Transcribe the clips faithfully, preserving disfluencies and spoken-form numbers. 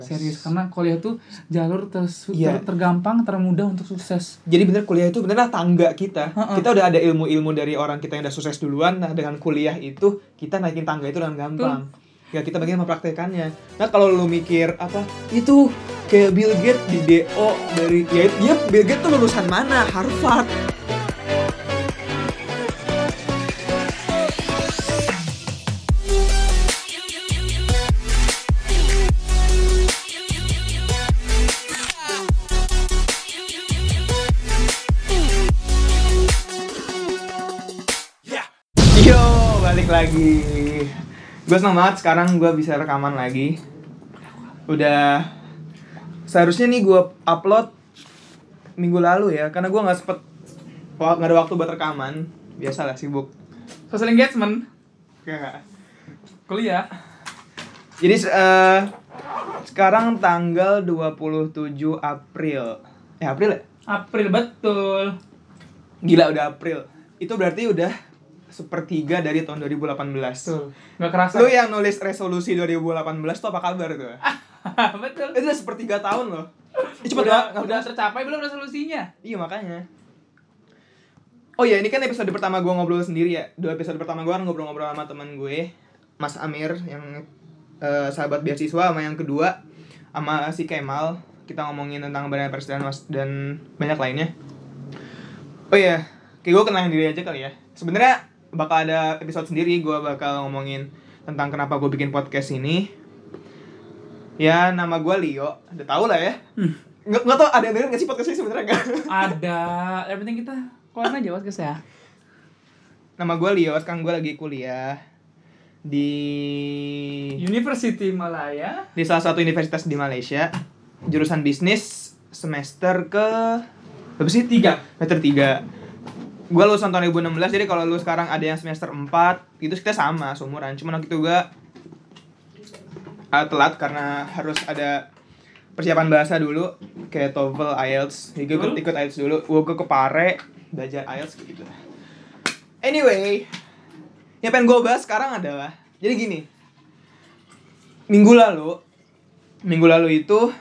Serius, karena kuliah tuh jalur ter- yeah. ter- tergampang, termudah untuk sukses. Jadi bener kuliah itu benerlah tangga kita. Uh-uh. Kita udah ada ilmu-ilmu dari orang kita yang udah sukses duluan. Nah dengan kuliah itu kita naikin tangga itu dengan gampang. Tuh. Ya kita bagian mempraktekannya. Nah kalau lu mikir apa itu kayak Bill Gates di D O dari ya dia Bill Gates tuh lulusan mana? Harvard. Lagi gue senang banget sekarang gue bisa rekaman lagi. Udah seharusnya nih gue upload minggu lalu ya, karena gue nggak sempet nggak ada waktu buat rekaman. Biasalah sibuk social engagement kayak kuliah. Jadi uh, sekarang tanggal dua puluh tujuh April. Eh April ya? April betul. Gila udah April. Itu berarti udah sepertiga dari tahun dua ribu delapan belas. Tuh, nggak kerasa. Lu yang nulis resolusi dua ribu delapan belas tuh apa kabar tuh? Betul. Itu udah sepertiga tahun loh. Cepet udah, udah tercapai belum resolusinya? Iya makanya. Oh ya ini kan episode pertama gue ngobrol sendiri ya. Dua episode pertama gue kan ngobrol-ngobrol sama teman gue, Mas Amir yang uh, sahabat beasiswa, sama yang kedua sama si Kemal. Kita ngomongin tentang badan presiden mas dan banyak lainnya. Oh iya, kayak gue kenalin diri aja kali ya. Sebenarnya bakal ada episode sendiri, gue bakal ngomongin tentang kenapa gue bikin podcast ini. Ya, nama gue Leo, udah tau lah ya. hmm. Nggak, nggak tau ada yang denger nggak sih podcast ini sebenarnya nggak? Ada, yang penting kita keluarin aja podcast ya. Nama gue Leo, sekarang gue lagi kuliah di University Malaya, di salah satu universitas di Malaysia, jurusan bisnis, semester ke berapa sih? Tiga. Semester tiga. Gue lulusan tahun dua ribu enam belas, jadi kalau lu sekarang ada yang semester empat, itu kita sama, seumuran. Cuman waktu itu gue uh, telat karena harus ada persiapan bahasa dulu, kayak TOEFL, I E L T S. Jadi gue ikut, ikut I E L T S dulu, gue ke Pare, belajar I E L T S gitu. Anyway, yang pengen gue bahas sekarang adalah, jadi gini, minggu lalu, minggu lalu itu,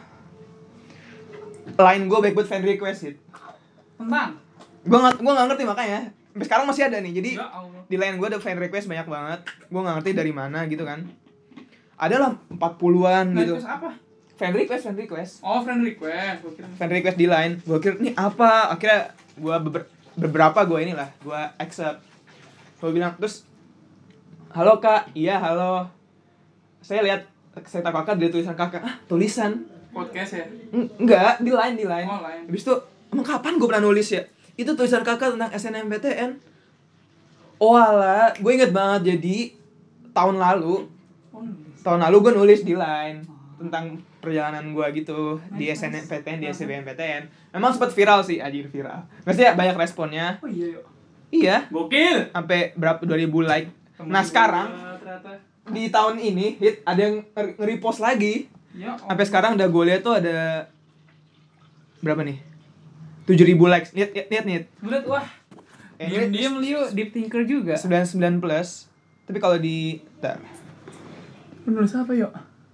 line gue baik buat friend request it. Tentang? Gue gak, gue gak ngerti makanya sampai sekarang masih ada nih. Jadi ya Allah, di line gue ada friend request banyak banget. Gue gak ngerti dari mana gitu kan. Ada lah empat puluhan gitu. Request apa? Friend request, friend request Oh friend request. Gua kira... Friend request di line. Gue kira ini apa. Akhirnya gue beber, beberapa gue inilah gue accept. Gue bilang terus, halo kak, iya halo. Saya lihat, saya tahu kakak, dia tulisan kakak. Ah tulisan podcast ya? Enggak, di line, di line. Oh line. Habis itu, emang kapan gue pernah nulis ya? Itu tulisan kakak tentang S N M P T N. Oh alah, gue inget banget. Jadi tahun lalu oh, Tahun lalu gue nulis di line tentang perjalanan gue gitu di S N M P T N, di S B M P T N. Memang sempat viral sih, anjir viral. Maksudnya banyak responnya. Oh iya yuk. Iya. Gokil. Sampai berapa dua ribu like. Temen nah sekarang ternyata. Di tahun ini hit ada yang nge-repost lagi. Ya, oh. Sampai sekarang udah gue lihat tuh ada berapa nih? tujuh ribu likes. Lihat lihat lihat nih. Bulat wah. Eh, Diam-diam Leo deep thinker juga. sembilan puluh sembilan plus. Tapi kalau di bentar. Lu nulis apa yuk?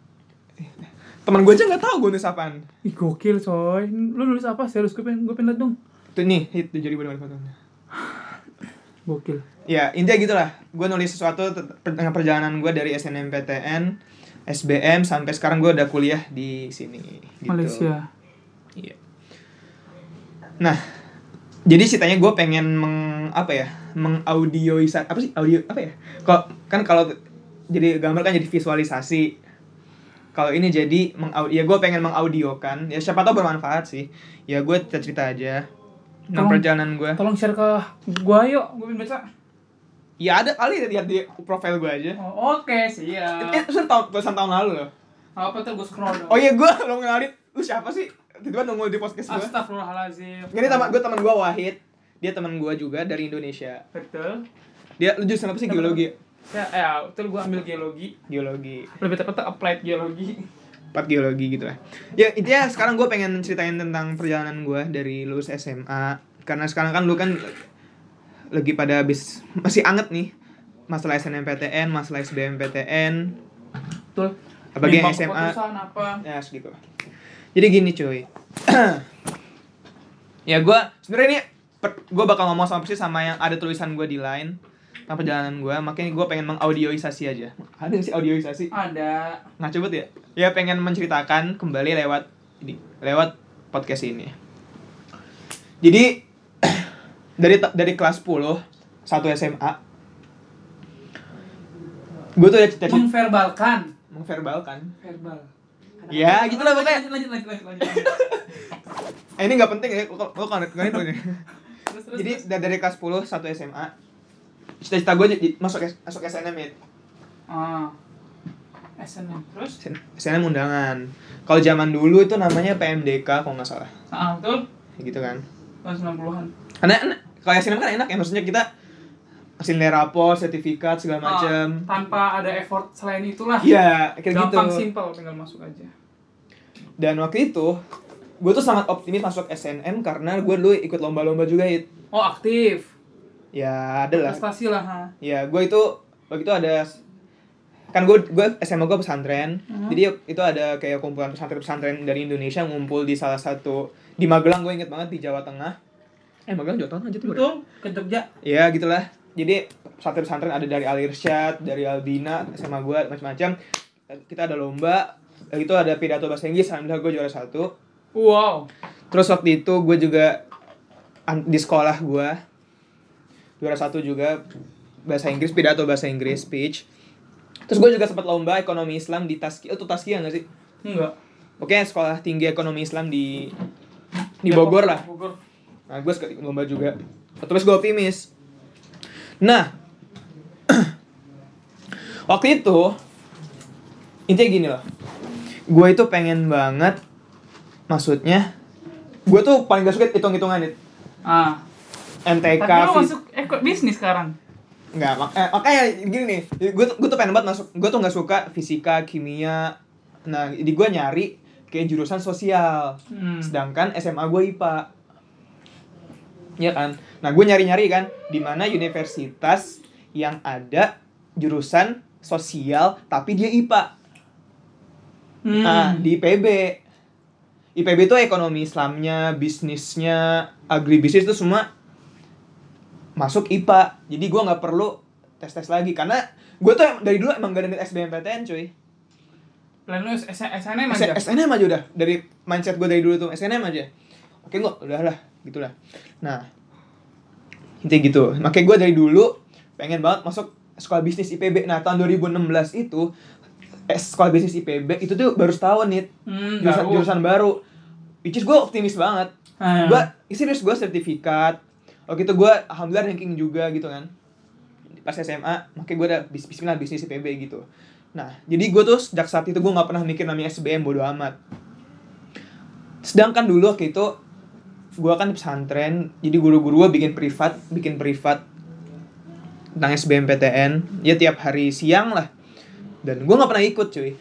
Teman gue aja nggak tahu gue nulis apaan. Ih gokil coy. Lu nulis apa? Serius gue pengen gue pengen liat dong. Tuh nih hit tujuh ribu dengan fotonya. Gokil. Ya intinya gitulah. Gue nulis sesuatu tentang perjalanan gue dari S N M P T N, S B M sampai sekarang gue udah kuliah di sini. Gitu. Malaysia. Iya. Nah, jadi ceritanya gue pengen meng apa ya, mengaudioisa apa sih audio apa ya? Kok kan kalau jadi gambar kan jadi visualisasi. Kalau ini jadi mengaud, ya gue pengen mengaudiokan. Ya siapa tahu bermanfaat sih. Ya gue cerita cerita aja tentang perjalanan gue. Tolong share ke gue yuk, gue pengen baca. Ya ada kali lihat di profile gue aja. Oh, oke okay, siap. Eh, itu tahun tulisan tahun lalu loh. Apa tuh gue scroll dong. Oh iya gue belum kenalin. Lu siapa sih? Tiba-tiba nongol di podcast gue. Astagfirullahaladzim. Ini teman gue, teman gue Wahid. Dia teman gue juga dari Indonesia. Betul. Dia lu jurusan apa sih? Geologi. Ya, eh, betul gue ambil geologi. Geologi. Lebih tepatnya applied geologi. Empat geologi gitu lah. Ya intinya sekarang gue pengen ceritain tentang perjalanan gue dari lulus S M A. Karena sekarang kan lu kan lagi pada habis masih anget nih masalah S N M P T N, masalah S B M P T N. Betul. apalagi yang Nimbang S M A keputusan apa. ya segitu. Jadi gini cuy. Ya gue sebenarnya ini gue bakal ngomong sama persis sama yang ada tulisan gue di line sama perjalanan gue, makanya gue pengen mengaudioisasi aja. Ada nggak sih audioisasi? Ada. Nah coba ya. Ya pengen menceritakan kembali lewat ini, lewat podcast ini. Jadi dari dari kelas sepuluh satu S M A gue tuh ada cita-cita Mengverbalkan. mengverbalkan. Verbal. Ya, gitu lah pokoknya. Lanjut, lanjut, lanjut, lanjut. Eh, ini nggak penting ya, lo lo kan kan itu nih. Terus, terus, Jadi terus. dari, dari kelas sepuluh satu S M A cita-cita gue jadi masuk masuk S N M ya. Ah. S N M terus? S N M undangan. Kalau zaman dulu itu namanya P M D K kalau nggak salah. Ah, betul. Gitu kan. Tahun sembilan puluhan. Karena enak. Kalau S N M kan enak ya, maksudnya kita hasil nilai rapor, sertifikat segala macam. Ah, tanpa ada effort selain itulah. Iya, kayak gitu. Gampang, simple, tinggal masuk aja. Dan waktu itu gue tuh sangat optimis masuk S N M karena gue dulu ikut lomba-lomba juga It. Oh, aktif. Ya ada lah. Prestasi lah, ha. Ya gue itu waktu itu ada kan gue gue S M A gue pesantren. Mhm. Jadi itu ada kayak kumpulan pesantren-pesantren dari Indonesia ngumpul di salah satu di Magelang, gue inget banget, di Jawa Tengah. Eh Magelang Jawa Tengah aja tuh. Betul, ke Jogja. Ya gitulah. Jadi pesantren-pesantren ada dari Al Irsyad, dari Albina, S M A gue macam-macam. Kita ada lomba, itu ada pidato bahasa Inggris, alhamdulillah gue juara satu. Wow. Terus waktu itu gue juga di sekolah gue juara satu juga bahasa Inggris, pidato bahasa Inggris, speech. Terus gue juga sempat lomba ekonomi Islam di Taski, itu Taski nggak sih? Enggak. Oke, sekolah tinggi ekonomi Islam di di Bogor lah. Bogor. Nah, gue sekali lomba juga. Terus gue optimis. Nah, waktu itu intinya gini loh. Gue itu pengen banget, maksudnya gue tuh paling gak suka hitung-hitungan itu. Ah. M T K. Tapi lo fis- masuk ekor bisnis sekarang. Enggak, mak- eh, makanya gini nih. Gue tuh gue tuh pengen banget masuk. Gue tuh nggak suka fisika, kimia. Nah, di gue nyari kayak jurusan sosial. Hmm. Sedangkan S M A gue I P A. Iya kan? Nah, gue nyari-nyari kan di mana universitas yang ada jurusan sosial tapi dia I P A. Hmm. Nah, di I P B. I P B itu ekonomi Islamnya, bisnisnya, agribisnis itu semua masuk I P A. Jadi gue nggak perlu tes-tes lagi karena gue tuh em- dari dulu emang gak ada niat S B M P T N cuy. Plan lu S- S N M S- aja. SNM aja udah, dari mindset gue dari dulu tuh S N M aja. Oke gue udahlah gitulah. Nah intinya gitu. Makanya gue dari dulu pengen banget masuk sekolah bisnis I P B. Nah tahun dua ribu enam belas itu eh, sekolah bisnis I P B itu tuh baru setahun nih. Hmm, jurusan baru. jurusan baru. Which is gue optimis banget. Ah. Gue serius, gue sertifikat. Waktu itu gue alhamdulillah ranking juga gitu kan. Pas S M A, makanya gue ada bis- bismillah bisnis I P B gitu. Nah, jadi gue tuh sejak saat itu gue gak pernah mikir namanya S B M, bodo amat. Sedangkan dulu waktu itu gue kan di pesantren, jadi guru-guru gue bikin privat, bikin privat tentang S B M P T N. Ya tiap hari siang lah. Dan gue gak pernah ikut cuy.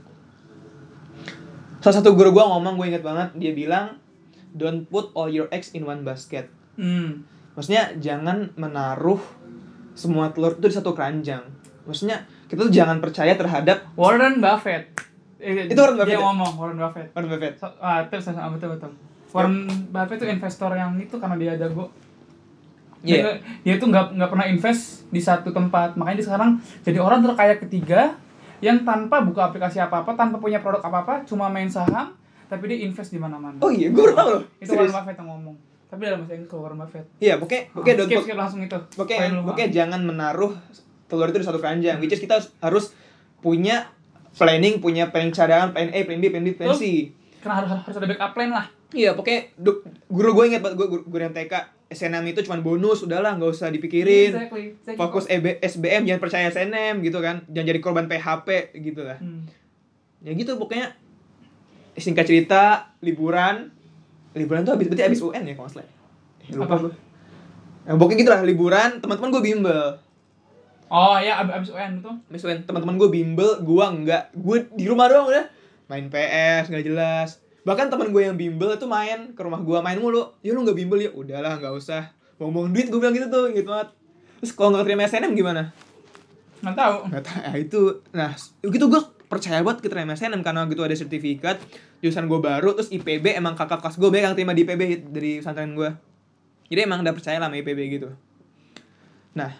Salah satu guru gue ngomong, gue inget banget, dia bilang, don't put all your eggs in one basket. Hmm. Maksudnya jangan menaruh semua telur itu di satu keranjang. Maksudnya kita tuh jangan percaya terhadap Warren Buffett. Eh, Itu Warren Buffett Dia ya? ngomong Warren Buffett. Warren Buffett. So, ah, betul, betul, betul, betul. Warren Buffett tuh investor yang itu karena dia jago. Dia, Iya. dia tuh nggak nggak pernah invest di satu tempat. Makanya dia sekarang jadi orang terkaya ketiga yang tanpa buka aplikasi apa-apa, tanpa punya produk apa-apa, cuma main saham, tapi dia invest di mana-mana. Oh iya, gue baru tahu loh. Itu Warren Buffett yang ngomong. Tapi dalam bahasa Inggris Warren Buffett. Iya, pokoknya pokoknya Ah, don't skip, put- skip langsung itu. pokoknya Poin lu, pokoknya ah. jangan menaruh telur itu di satu keranjang. Which is kita harus punya planning, punya planning cadangan, plan A, plan B, plan B, plan C. Karena harus harus ada backup plan lah. Iya, pokoknya du- guru gue inget banget, gue guru, guru yang T K, S N M itu cuma bonus, udahlah nggak usah dipikirin. Exactly. Exactly. Fokus E B, S B M, jangan percaya S N M gitu kan. Jangan jadi korban P H P gitu lah. Hmm. Ya gitu pokoknya. Singkat cerita, liburan. Liburan tuh habis berarti habis U N ya kalau nggak salah. Eh, lupa Apa? gue. Nah, pokoknya gitu lah, liburan, teman-teman gue bimbel. Oh ya, ab- abis U N itu. Habis U N, teman-teman gue bimbel, gue enggak. Gue di rumah doang udah. Main P S, nggak jelas. Bahkan teman gue yang bimbel itu main ke rumah gue, main mulu. Ya lu nggak bimbel ya? Udahlah, nggak usah. Buang-buang duit, gue bilang gitu tuh, gitu banget. Terus kalau nggak terima S N M gimana? Nggak tahu. Nggak tahu, ya itu. Nah, gitu gue percaya banget keterima S N M karena gitu ada sertifikat jurusan gue baru, terus I P B emang kakak kelas gue banyak yang terima di I P B dari pesantren gue, jadi emang udah percaya lah sama I P B gitu. Nah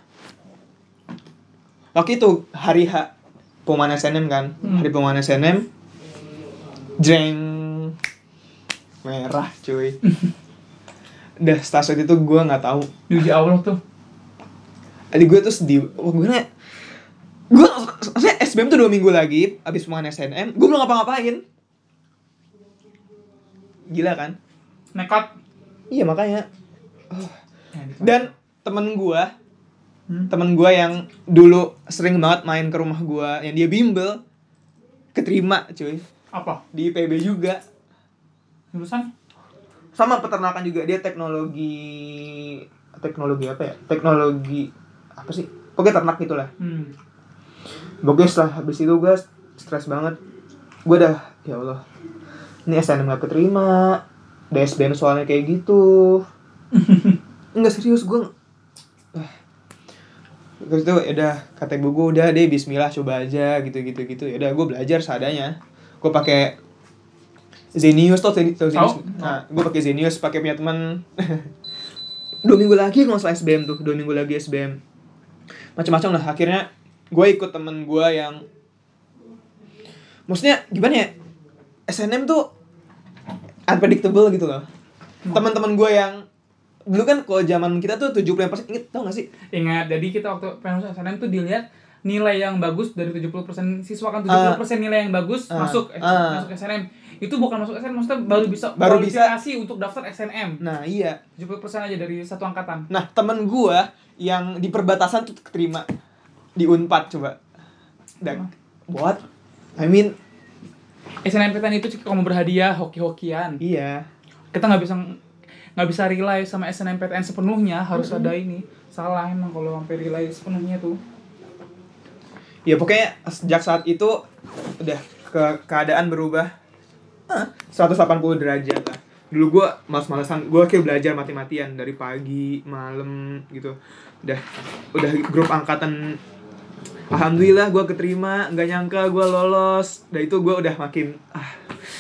waktu itu hari H pengumuman S N M kan, Hmm. hari pengumuman S N M, jeng merah cuy. Udah stasiun itu gue nggak tahu. Diuji Allah tuh. Tadi gue tuh sedih, wah gue nanya, gue maksudnya S B M tuh dua minggu lagi abis pengumuman S N M, gue belum ngapa-ngapain. Gila kan? Nekat. Iya makanya. Ya, di- Dan temen gue, Hmm. temen gue yang dulu sering banget main ke rumah gue, yang dia bimbel, keterima cuy Apa? di I P B juga. Jurusan? Sama peternakan juga, dia teknologi teknologi apa ya? Teknologi apa sih? Pokoknya ternak gitulah. Hmm. Pokoknya setelah habis itu gue stres banget. Gue udah, ya Allah, ini S N M gak keterima, D S B M soalnya kayak gitu. Enggak serius gue. Ah. Terus itu ya udah kata ibu gue, udah deh bismillah coba aja gitu-gitu gitu. Ya udah gue belajar seadanya. Gue pakai Zenius tuh, Zenius. Tahu? Nah, gue pakai Zenius, pakai punya teman. Dua minggu lagi kalau nggak salah S B M tuh, dua minggu lagi S B M. Macam-macam lah. Akhirnya gue ikut temen gue yang, maksudnya gimana ya? S N M tuh unpredictable gitu loh. Hmm. Teman-teman gue yang dulu kan kalau zaman kita tuh tujuh puluh lima persen, inget tau gak sih? Ingat, jadi kita waktu pengen masuk S N M tuh dilihat nilai yang bagus dari tujuh puluh persen siswa kan tujuh puluh persen nilai yang bagus Uh, masuk uh. masuk S N M. Itu bukan masuk S N M, maksudnya baru bisa Baru bisa. kualifikasi untuk daftar S N M. Nah iya. tujuh puluh persen aja dari satu angkatan. Nah temen gue yang di perbatasan tuh keterima di Unpad coba. Dan what? I mean S N M P T N itu cuma berhadiah hoki-hokian. iya. Kita nggak bisa nggak bisa rely sama S N M P T N sepenuhnya, harus ada ini. Salah emang kalau sampai rely sepenuhnya tuh. Ya pokoknya sejak saat itu udah ke keadaan berubah ah, seratus delapan puluh derajat lah. Dulu gue malas-malasan, gue kayak belajar mati-matian dari pagi, malam gitu. Udah udah grup angkatan, alhamdulillah gue keterima, nggak nyangka gue lolos. Dan itu gue udah makin ah,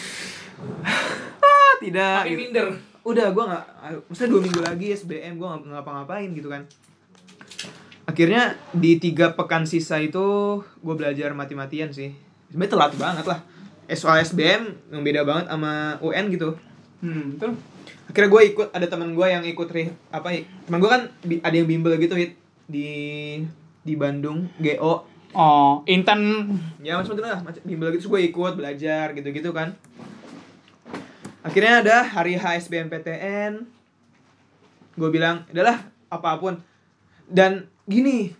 ah tidak. Makin gitu. minder. Udah gue nggak, maksudnya dua minggu lagi S B M gue nggak ngapa-ngapain gitu kan. Akhirnya di tiga pekan sisa itu gue belajar mati-matian sih. Sebenarnya telat banget lah. Soal S B M yang beda banget sama U N gitu. Hmm, betul. Akhirnya gue ikut, ada teman gue yang ikut re, apa ya? Teman gue kan bi- ada yang bimbel gitu Hit, di di Bandung G O. Oh, Intan. Ya macam itu lah, macam bimbel gitu. Terus gue ikut belajar gitu-gitu kan. Akhirnya ada hari H S B M P T N. Gue bilang, udahlah apapun. Dan gini,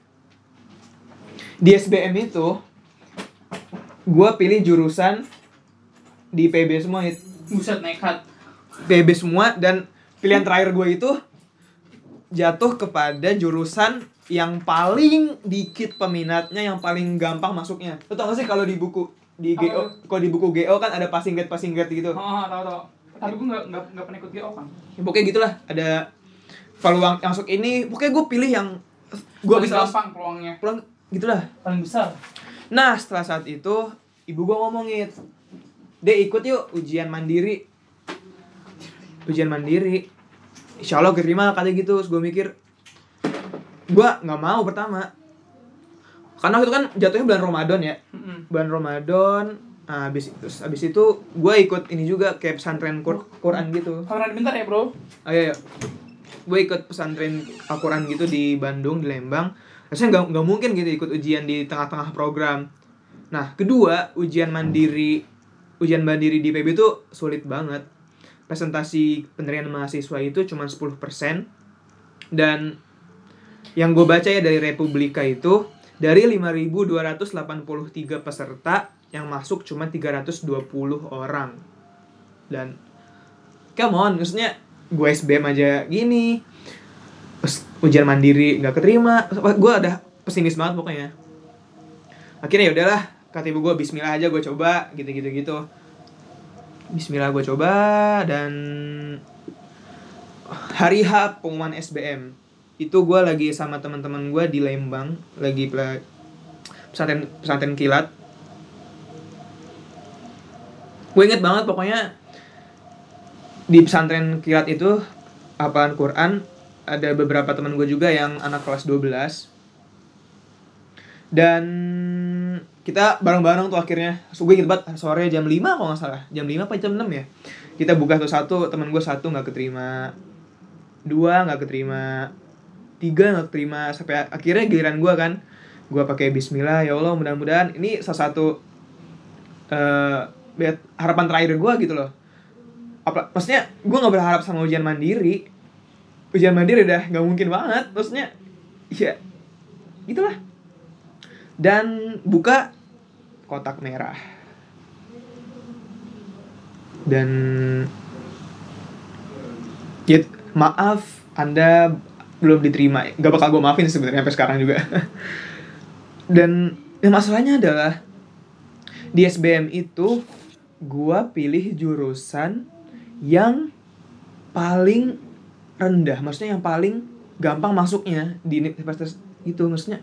di S B M itu gue pilih jurusan di P B semua Hit. Buset nekat. P B semua, dan pilihan terakhir gue itu jatuh kepada jurusan yang paling dikit peminatnya, yang paling gampang masuknya. Lo tau gak sih kalau di buku di G O, kalau di buku G O kan ada passing grade passing grade gitu. Oh, oh, tahu tahu. Tapi gue nggak nggak nggak pernah ikut G O kan. Ya, pokoknya gitulah, ada peluang yang masuk ini. Pokoknya gue pilih yang gue Paling bisa gampang peluangnya. peluang gitulah. Paling besar. Nah setelah saat itu ibu gue ngomongin, deh ikut yuk ujian mandiri. Ujian mandiri, insya Allah keterima kata gitu. Terus gue mikir, gue nggak mau pertama, karena waktu itu kan jatuhnya bulan Ramadan ya, Mm-mm. bulan Ramadan. Nah, abis itu, abis itu gue ikut ini juga kayak pesantren Qur- Quran gitu. Kamera bentar ya bro. Ayo, ayo. Gue ikut pesantren Al-Quran gitu di Bandung, di Lembang. Rasanya nggak nggak mungkin gitu ikut ujian di tengah-tengah program. Nah, kedua ujian mandiri, ujian mandiri di P B itu sulit banget. Presentasi penerimaan mahasiswa itu cuma sepuluh persen. Dan yang gue baca ya dari Republika itu, dari lima ribu dua ratus delapan puluh tiga peserta yang masuk cuma tiga ratus dua puluh orang. Dan come on, maksudnya gue S B M aja gini, ujian mandiri nggak keterima, gue udah pesimis banget pokoknya. Akhirnya ya udahlah, kata ibu gue, bismillah aja gue coba, gitu-gitu gitu. Bismillah gue coba, dan hari H pengumuman S B M itu gue lagi sama teman-teman gue di Lembang, lagi pesantren pesantren kilat. Gue inget banget pokoknya di pesantren kilat itu apaan Quran, ada beberapa teman gue juga yang anak kelas dua belas. Dan kita bareng-bareng tuh akhirnya. So, gue inget banget sore jam lima kalau gak salah. Jam lima apa jam enam ya. Kita buka tuh satu, temen gue satu gak keterima, dua gak keterima, tiga gak keterima. Sampai akhirnya giliran gue kan. Gue pakai bismillah, ya Allah mudah-mudahan. Ini salah satu uh, harapan terakhir gue gitu loh. Apa, maksudnya gue gak berharap sama ujian mandiri. Ujian mandiri udah gak mungkin banget. Maksudnya ya itulah. Dan buka kotak merah. Dan ya maaf Anda belum diterima. Gak bakal gue maafin sebenarnya sampai sekarang juga. Dan ya masalahnya adalah di S B M itu gue pilih jurusan yang paling rendah. Maksudnya yang paling gampang masuknya di universitas itu. Maksudnya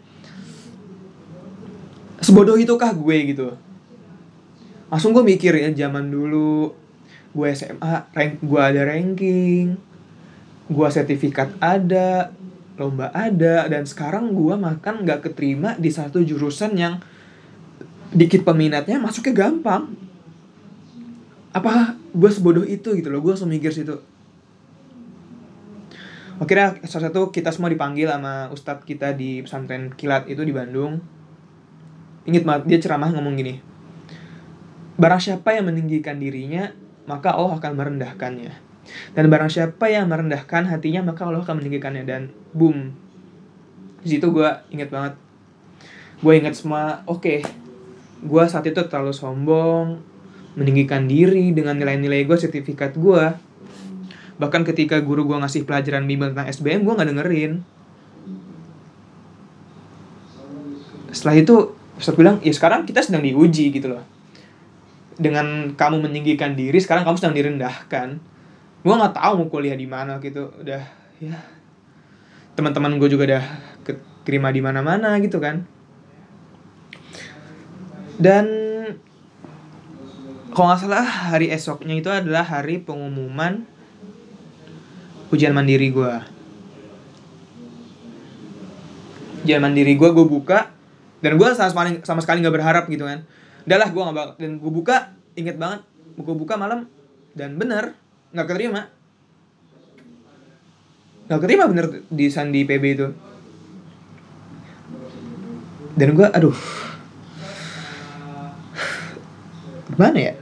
sebodoh itukah gue gitu. Langsung gue mikir ya, zaman dulu gue S M A, rank, gue ada ranking, gue sertifikat ada, lomba ada, dan sekarang gue makan gak keterima di satu jurusan yang dikit peminatnya masuknya gampang. Apa gue sebodoh itu gitu loh, gue langsung mikir situ. Akhirnya salah satu kita semua dipanggil sama ustadz kita di pesantren kilat itu di Bandung. Ingat banget, dia ceramah ngomong gini, barang siapa yang meninggikan dirinya, maka Allah akan merendahkannya. Dan barang siapa yang merendahkan hatinya, maka Allah akan meninggikannya. Dan boom, di situ gue ingat banget. Gue ingat semua, oke, okay, gue saat itu terlalu sombong, meninggikan diri dengan nilai-nilai gue, sertifikat gue. Bahkan ketika guru gue ngasih pelajaran bimbel tentang S B M, gue gak dengerin. Setelah itu Ustaz bilang, ya sekarang kita sedang diuji gitu loh. Dengan kamu meninggikan diri, sekarang kamu sedang direndahkan. Gue nggak tahu mau kuliah di mana gitu. Udah, ya. Teman-teman gue juga udah keterima di mana-mana gitu kan. Dan kalau nggak salah hari esoknya itu adalah hari pengumuman ujian mandiri gue. Ujian mandiri gue, gue buka. Dan gue sama sekali, sama sekali gak berharap gitu kan. Udah lah gue gak bakal. Dan gue buka, inget banget, gue buka malam. Dan bener, gak keterima. Gak keterima bener di Sandi P B itu. Dan gue, aduh, gimana ya?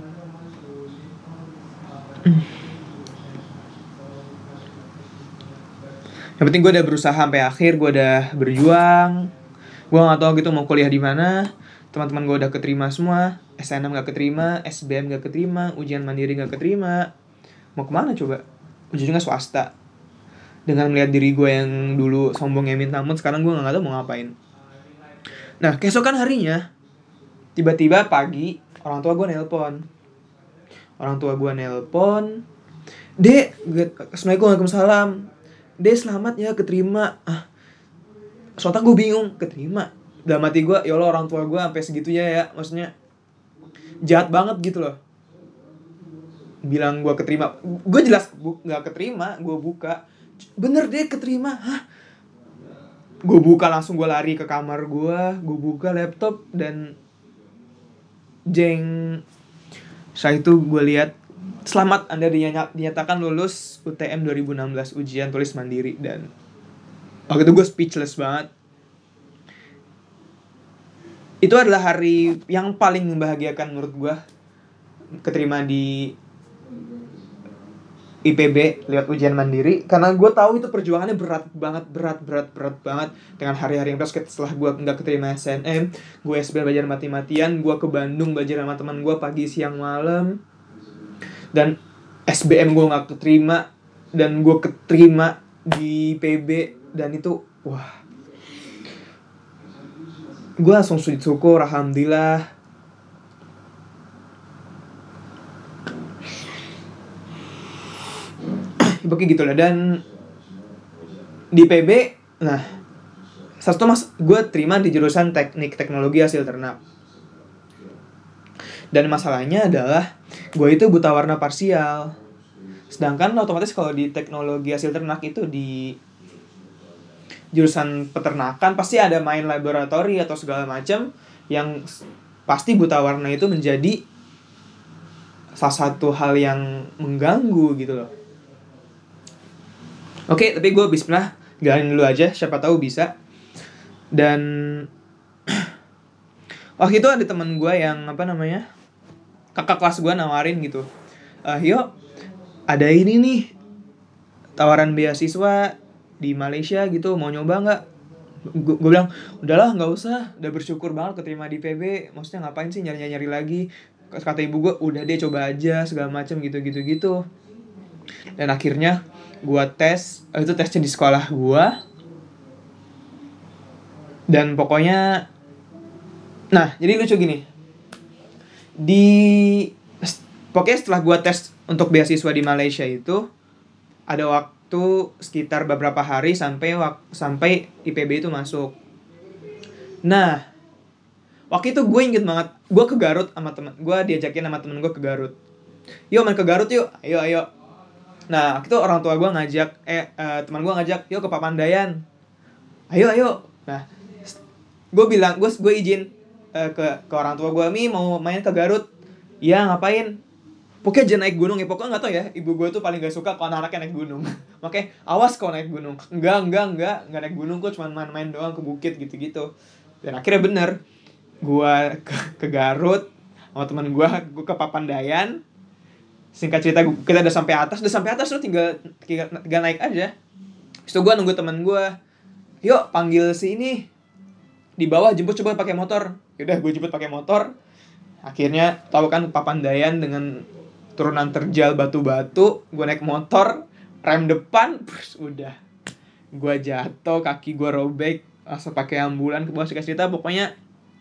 Yang penting gue udah berusaha sampai akhir, gue udah berjuang. Gue gak tahu gitu mau kuliah di mana. Teman-teman gue udah keterima semua. S N M gak keterima, S B M gak keterima, ujian mandiri gak keterima. Mau kemana coba? Ujungnya swasta. Dengan melihat diri gue yang dulu sombongnya minta ampun, sekarang gue gak tahu mau ngapain. Nah, keesokan harinya, tiba-tiba pagi, orang tua gue nelpon. Orang tua gue nelpon, Dek, Assalamualaikum, Waalaikumsalam. Dek, selamat ya keterima. Ah, soalnya gue bingung, keterima. Dalam hati gue, ya Allah, orang tua gue sampai segitunya ya. Maksudnya jahat banget gitu loh. Bilang gue keterima. Gue jelas bu- gak keterima. Gue buka, bener deh keterima. Hah? Gue buka langsung, gue lari ke kamar gue. Gue buka laptop dan jeng. Setelah itu gue lihat, selamat, Anda dinyatakan lulus U T M dua ribu enam belas, ujian tulis mandiri. Dan waktu itu gue speechless banget. Itu adalah hari yang paling membahagiakan menurut gue. Keterima di I P B lewat ujian mandiri. Karena gue tahu itu perjuangannya berat banget. Berat, berat, berat banget. Dengan hari-hari yang berat. Setelah gue gak keterima S N M, gue S B M belajar mati-matian. Gue ke Bandung belajar sama teman gue pagi, siang, malam. Dan S B M gue gak keterima. Dan gue keterima di I P B. Dan itu, wah, gue langsung sujud syukur, alhamdulillah. Begitu lah. Dan di P B, nah, satu mas, gue terima di jurusan teknik teknologi hasil ternak. Dan masalahnya adalah gue itu buta warna parsial. Sedangkan otomatis kalau di teknologi hasil ternak itu di jurusan peternakan pasti ada main laboratori atau segala macam yang pasti buta warna itu menjadi salah satu hal yang mengganggu gitu loh. Oke, tapi gue bismillah jalanin dulu aja, siapa tahu bisa. Dan waktu itu ada teman gue yang apa namanya, kakak kelas gue nawarin gitu, uh, yuk ada ini nih tawaran beasiswa di Malaysia gitu, mau nyoba nggak? Gue bilang udahlah nggak usah, udah bersyukur banget keterima di P B, maksudnya ngapain sih nyari nyari lagi. Kata ibu gue udah deh coba aja segala macam gitu gitu gitu. Dan akhirnya gue tes, itu tesnya di sekolah gue. Dan pokoknya, nah jadi lucu gini, di pokoknya setelah gue tes untuk beasiswa di Malaysia itu ada waktu sekitar beberapa hari sampai wak- sampai I P B itu masuk. Nah waktu itu gue inget banget, gue ke Garut sama temen gue, diajakin sama temen gue ke Garut, yuk main ke Garut yuk, ayo ayo. Nah waktu itu orang tua gue ngajak, eh uh, teman gue ngajak, yuk ke Papandayan, ayo ayo. Nah gue bilang, gue gue izin uh, ke ke orang tua gue, Mi mau main ke Garut. Ya ngapain? Pokoknya jangan naik gunung ya, pokoknya nggak tau ya, ibu gue tuh paling gak suka kalau anak-anaknya naik gunung. Makanya awas kalau naik gunung. Enggak enggak enggak enggak naik gunung, kok cuma main-main doang ke bukit gitu-gitu. Dan akhirnya bener, gue ke, ke Garut sama teman gue, gue ke Papandayan. Singkat cerita kita udah sampai atas, udah sampai atas tuh tinggal, tinggal tinggal naik aja. Terus gue nunggu teman gue, yuk panggil si ini di bawah, jemput coba pakai motor. Yaudah gue jemput pakai motor. Akhirnya tahu kan Papandayan dengan turunan terjal batu-batu, gue naik motor, rem depan, pers, udah gue jatuh, kaki gue robek, langsung pakai ambulan ke bawah. Singkat cerita pokoknya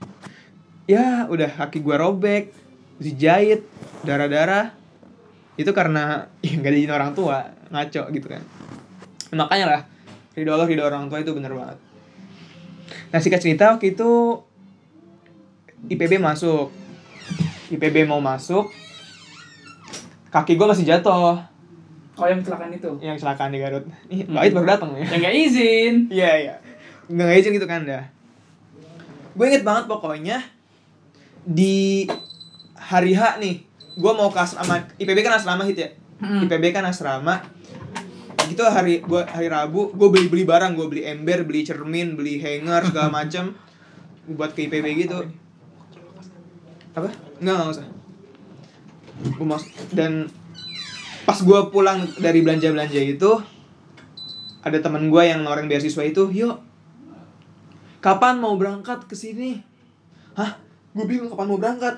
ya udah kaki gue robek, dijahit, darah-darah. Itu karena ya nggak diizin orang tua, ngaco gitu kan. Makanya lah, ridho Allah, ridho orang tua itu bener banget. Nah singkat cerita waktu itu I P B masuk, I P B mau masuk, kaki gue masih jatuh. Oh yang kecelakaan itu? Yang kecelakaan di Garut. Ih, Hmm. Wahid baru datang ya. Yang nggak izin. Iya iya, nggak nggak izin gitu kan dah. Gue inget banget pokoknya di hari H nih, gue mau ke asrama. I P B kan asrama hit ya. Hmm. I P B kan asrama. Gitu hari gua hari Rabu, gue beli beli barang, gue beli ember, beli cermin, beli hanger segala macam buat ke I P B gitu. Apa? Enggak enggak usah. Gua mas dan pas gue pulang dari belanja belanja itu ada teman gue yang nawarin beasiswa itu, yuk kapan mau berangkat ke sini? Hah? Gue bingung kapan mau berangkat.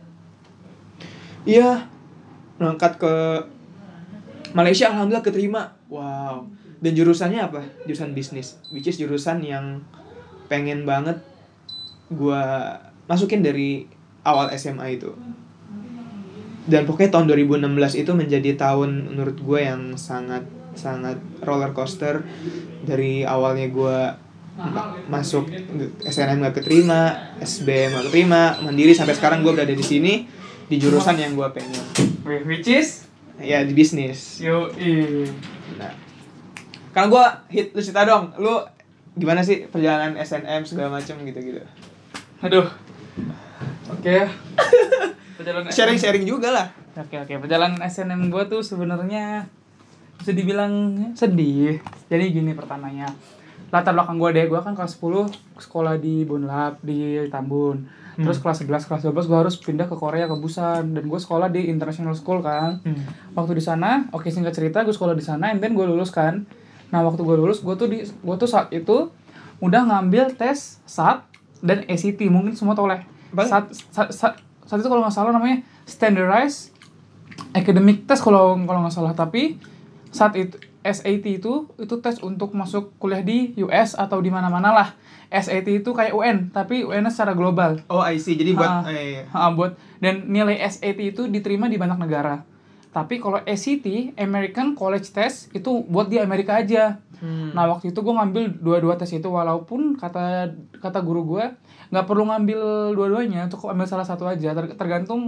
Iya, berangkat ke Malaysia, alhamdulillah keterima. Wow. Dan jurusannya apa? Jurusan bisnis, which is jurusan yang pengen banget gue masukin dari awal S M A itu. Dan pokoknya tahun dua ribu enam belas itu menjadi tahun menurut gue yang sangat sangat roller coaster. Dari awalnya gue ma- masuk S N M gak keterima, S B M gak keterima, mandiri, sampai sekarang gue berada di sini di jurusan yang gue pengen. Which is? Ya di bisnis. Yo Nah, karena gue hit, lu cerita dong, lu gimana sih perjalanan S N M segala macam gitu-gitu. Aduh. Oke. Perjalanan Sharing-sharing juga lah. Oke oke, perjalanan S N M gue tuh sebenarnya bisa dibilang sedih. Jadi gini pertamanya, latar belakang gue deh, gue kan kelas sepuluh sekolah di Bonlab di Tambun. Terus kelas sebelas, kelas dua belas gue harus pindah ke Korea, ke Busan. Dan gue sekolah di international school kan. Hmm. Waktu di sana, oke singkat cerita gue sekolah di sana, and then gue lulus kan. Nah waktu gue lulus, gue tuh di gue tuh saat itu udah ngambil tes S A T dan A C T, mungkin semua tau lah. S A T, saat, saat, saat itu kalau nggak salah namanya Standardized Academic Test kalau kalau nggak salah. Tapi saat itu S A T itu itu tes untuk masuk kuliah di U S atau di mana-mana lah. S A T itu kayak U N, tapi U N secara global. Oh, I see. Jadi buat Ha, eh, ha, buat dan nilai S A T itu diterima di banyak negara. Tapi kalau A C T, American College Test, itu buat di Amerika aja. Hmm. Nah, waktu itu gue ngambil dua-dua tes itu, walaupun kata kata guru gue nggak perlu ngambil dua-duanya, cukup ambil salah satu aja. Ter- tergantung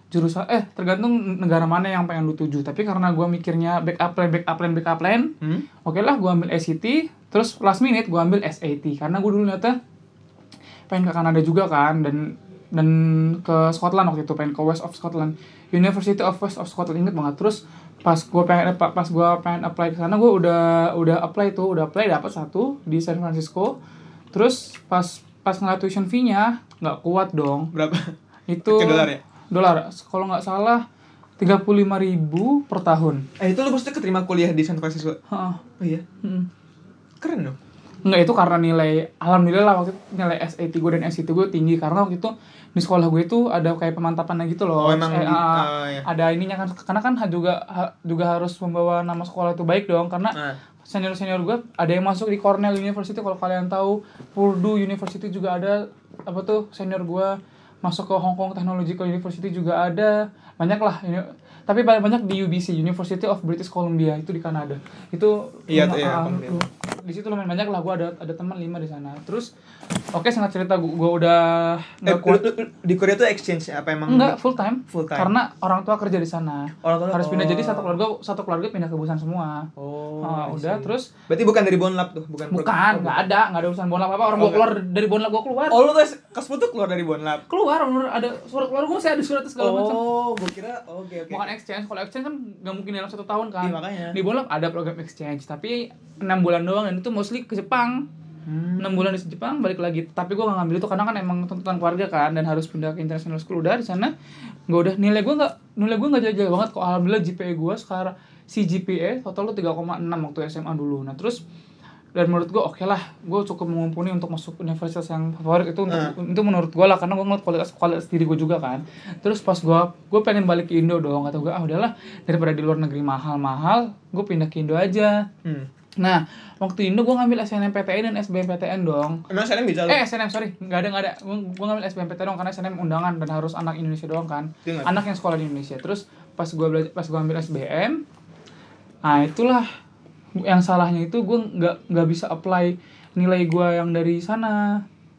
jurusan eh tergantung negara mana yang pengen lu tuju. Tapi karena gue mikirnya backup plan backup plan backup plan, hmm? oke okay lah gue ambil S C T, terus last minute gue ambil S A T karena gue dulu nyata pengen ke Kanada juga kan, dan dan ke Scotland waktu itu, pengen ke West of Scotland, University of West of Scotland, inget banget. Terus pas gue pengen pas gue pengen apply ke sana, gue udah udah apply tuh udah apply dapat satu di San Francisco. Terus pas pas ngeliat tuition fee-nya nggak kuat dong. Berapa? Itu ke dolar ya? Dolar, kalau nggak salah tiga puluh lima ribu per tahun. Eh itu lu maksudnya keterima kuliah di San Francisco? Heeh. Oh iya? Hmm. Keren dong. Enggak, itu karena nilai, alhamdulillah lah waktu itu nilai S A T gue dan S C T gue tinggi. Karena waktu itu di sekolah gue itu ada kayak pemantapannya gitu loh. Oh emang eh, di, uh, uh, iya. Ada ininya kan, karena kan juga juga harus membawa nama sekolah itu baik dong. Karena uh. senior-senior gue ada yang masuk di Cornell University, kalau kalian tahu. Purdue University juga ada, apa tuh, senior gue masuk ke Hong Kong Technological University juga ada, banyak lah ini. Tapi paling banyak di U B C, University of British Columbia, itu di Kanada. Itu iya, lima, iya, uh, uh, di situ lumayan banyak lah, gue ada ada teman lima di sana. Terus oke, okay, singkat cerita gue, gue udah eh, kuat. Di Korea tuh exchange apa emang? Enggak, full time. Full time. Karena orang tua kerja di sana. Orang tua harus oh. pindah, jadi satu keluarga satu keluarga pindah ke Busan semua. Oh. Uh, udah terus. Berarti bukan dari Bonlab tuh, bukan. Bukan, enggak ada, enggak ada urusan Bonlab apa. Orang oh, gua keluar dari Bonlab, gua keluar. Oh, lu tuh Kaspu tuh keluar dari Bonlab. Keluar, bener ada surat keluar, gua masih ada surat segala oh, macam. Oh, gua kira oke okay, oke. Okay. Bukan exchange, kalau exchange kan enggak mungkin dalam satu tahun kan. Iya, makanya. Di Bonlab ada program exchange, tapi enam bulan doang, dan itu mostly ke Jepang. Hmm. enam bulan di Jepang, balik lagi. Tapi gue gak ngambil itu karena kan emang tuntutan keluarga kan, dan harus pindah ke international school. Udah di sana gue udah nilai gue nggak nilai gue nggak jauh-jauh banget kok. Alhamdulillah G P A gue sekarang si G P A total tuh tiga koma enam waktu S M A dulu. Nah terus dan menurut gue oke okay lah, gue cukup mumpuni untuk masuk universitas yang favorit itu untuk uh. itu menurut gue lah, karena gue ngeliat kualitas kualitas diri gue juga kan. Terus pas gue gue pengen balik ke Indo dong, kata gue ah udahlah, daripada di luar negeri mahal-mahal, gue pindah ke Indo aja. Hmm. Nah, waktu Indo gue ngambil S N M P T N dan S B M P T N dong. Emang S N M bisa lu? Eh, S N M, sorry. Nggak ada, nggak ada. Gue ngambil S B M P T N dong, karena S N M undangan dan harus anak Indonesia doang kan. Dengar. Anak yang sekolah di Indonesia. Terus pas gue belajar, pas gue ambil S B M, nah itulah yang salahnya itu gue nggak nggak bisa apply nilai gue yang dari sana.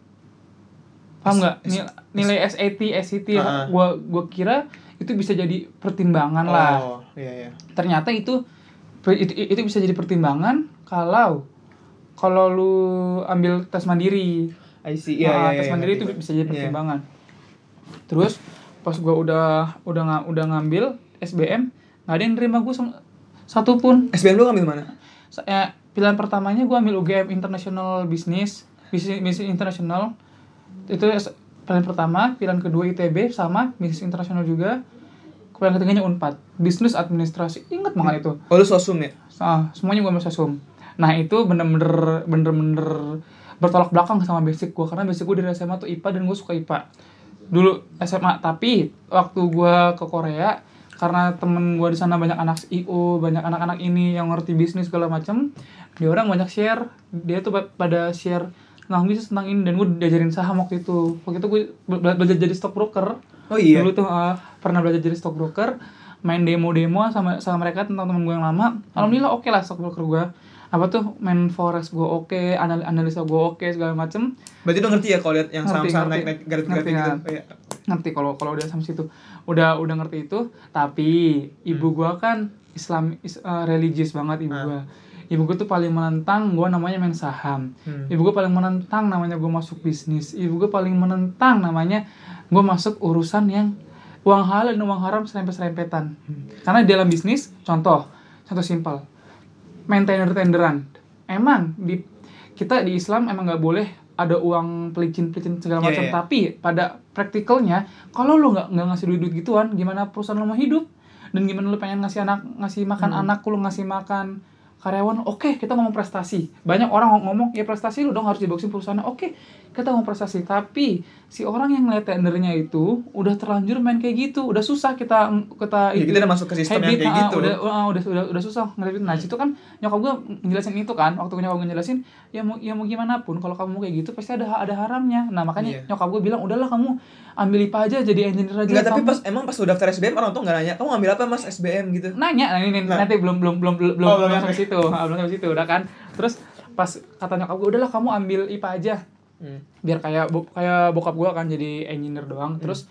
Paham nggak? Nil, nilai S A T, S C T, uh-huh. gue gue kira itu bisa jadi pertimbangan oh, lah. Iya, iya. Ternyata itu itu itu bisa jadi pertimbangan kalau kalau lu ambil tes mandiri. I see. Iya, nah, iya, tes iya, mandiri iya, itu iya. bisa jadi pertimbangan. Yeah. Terus pas gua udah udah ng- udah ngambil S B M, enggak ada yang nerima gua satu pun. S B M lu ngambil mana? Saya pilihan pertamanya gua ambil U G M International Business, Business, Business International. Itu pilihan pertama, pilihan kedua I T B sama Business International juga. Yang ketiganya Unpad, bisnis administrasi. Ingat banget itu. Oh, lu sosum ya? Ah, semuanya gue masuk sosum. Nah, itu bener-bener bener-bener bertolak belakang sama basic gue, karena basic gue dari S M A tuh I P A dan gue suka I P A. Dulu S M A, tapi waktu gue ke Korea, karena temen gue di sana banyak anak I O, banyak anak-anak ini yang ngerti bisnis segala macam, dia orang banyak share, dia tuh pada share tentang bisnis tentang ini, dan gue diajarin saham waktu itu. Waktu itu gue bela- belajar jadi stockbroker. Oh iya. Dulu tuh uh, pernah belajar jadi stockbroker, main demo-demo sama sama mereka tentang teman gue yang lama. Alhamdulillah oke okay lah stockbroker gue. Apa tuh main forex gue oke, okay, anal- analisa gue oke okay, segala macem. Berarti lu ngerti ya kalau lihat yang saham-saham naik-naik garis-garis gitu. Kan? Oh, iya. Ngerti kalau kalau udah sama situ. Udah udah ngerti itu, tapi ibu gue kan Islam is, uh, religius banget ibu hmm. gue. Ibu gue tuh paling menentang gue namanya main saham. Hmm. Ibu gue paling menentang namanya gue masuk bisnis. Ibu gue paling menentang namanya gue masuk urusan yang uang halal dan uang haram serempet-serempetan. Hmm. Karena dalam bisnis, contoh, contoh simpel, main tender-tenderan. Emang di kita di Islam emang nggak boleh ada uang pelicin-pelicin segala macam. Yeah, yeah. Tapi pada praktikalnya, kalau lo nggak nggak ngasih duit-duit gituan, gimana perusahaan lo mau hidup? Dan gimana lo pengen ngasih anak ngasih makan hmm. anak lo, ngasih makan karyawan? Oke, okay, kita ngomong prestasi. Banyak orang ngomong, ya prestasi lu dong harus diboxing perusahaannya. Oke, okay, kita ngomong prestasi. Tapi si orang yang ngeliat tendernya itu udah terlanjur main kayak gitu. Udah susah kita kita ya, itu. Kita udah masuk ke sistem habit, yang kayak uh, gitu. Udah, uh, udah udah udah susah ngeliat. Nah, situ kan nyokap gue ngejelasin itu kan. Waktu nyokap gue ngejelasin, ya mau ya mau gimana pun kalau kamu mau kayak gitu pasti ada ada haramnya. Nah, makanya yeah. nyokap gue bilang, "Udahlah kamu ambil I P A aja, jadi engineer aja." Enggak, tapi pas emang pas lu daftar S B M orang tuh enggak nanya, "Kamu ngambil apa, Mas, S B M?" gitu. Nanya, nah ini nah. nanti belum belum belum belum oh, belum sampai situ. Belum sampai situ udah kan. Terus pas kata nyokap gue, udahlah kamu ambil I P A aja, hmm. biar kayak bo- kayak bokap gue kan jadi engineer doang. hmm. Terus kata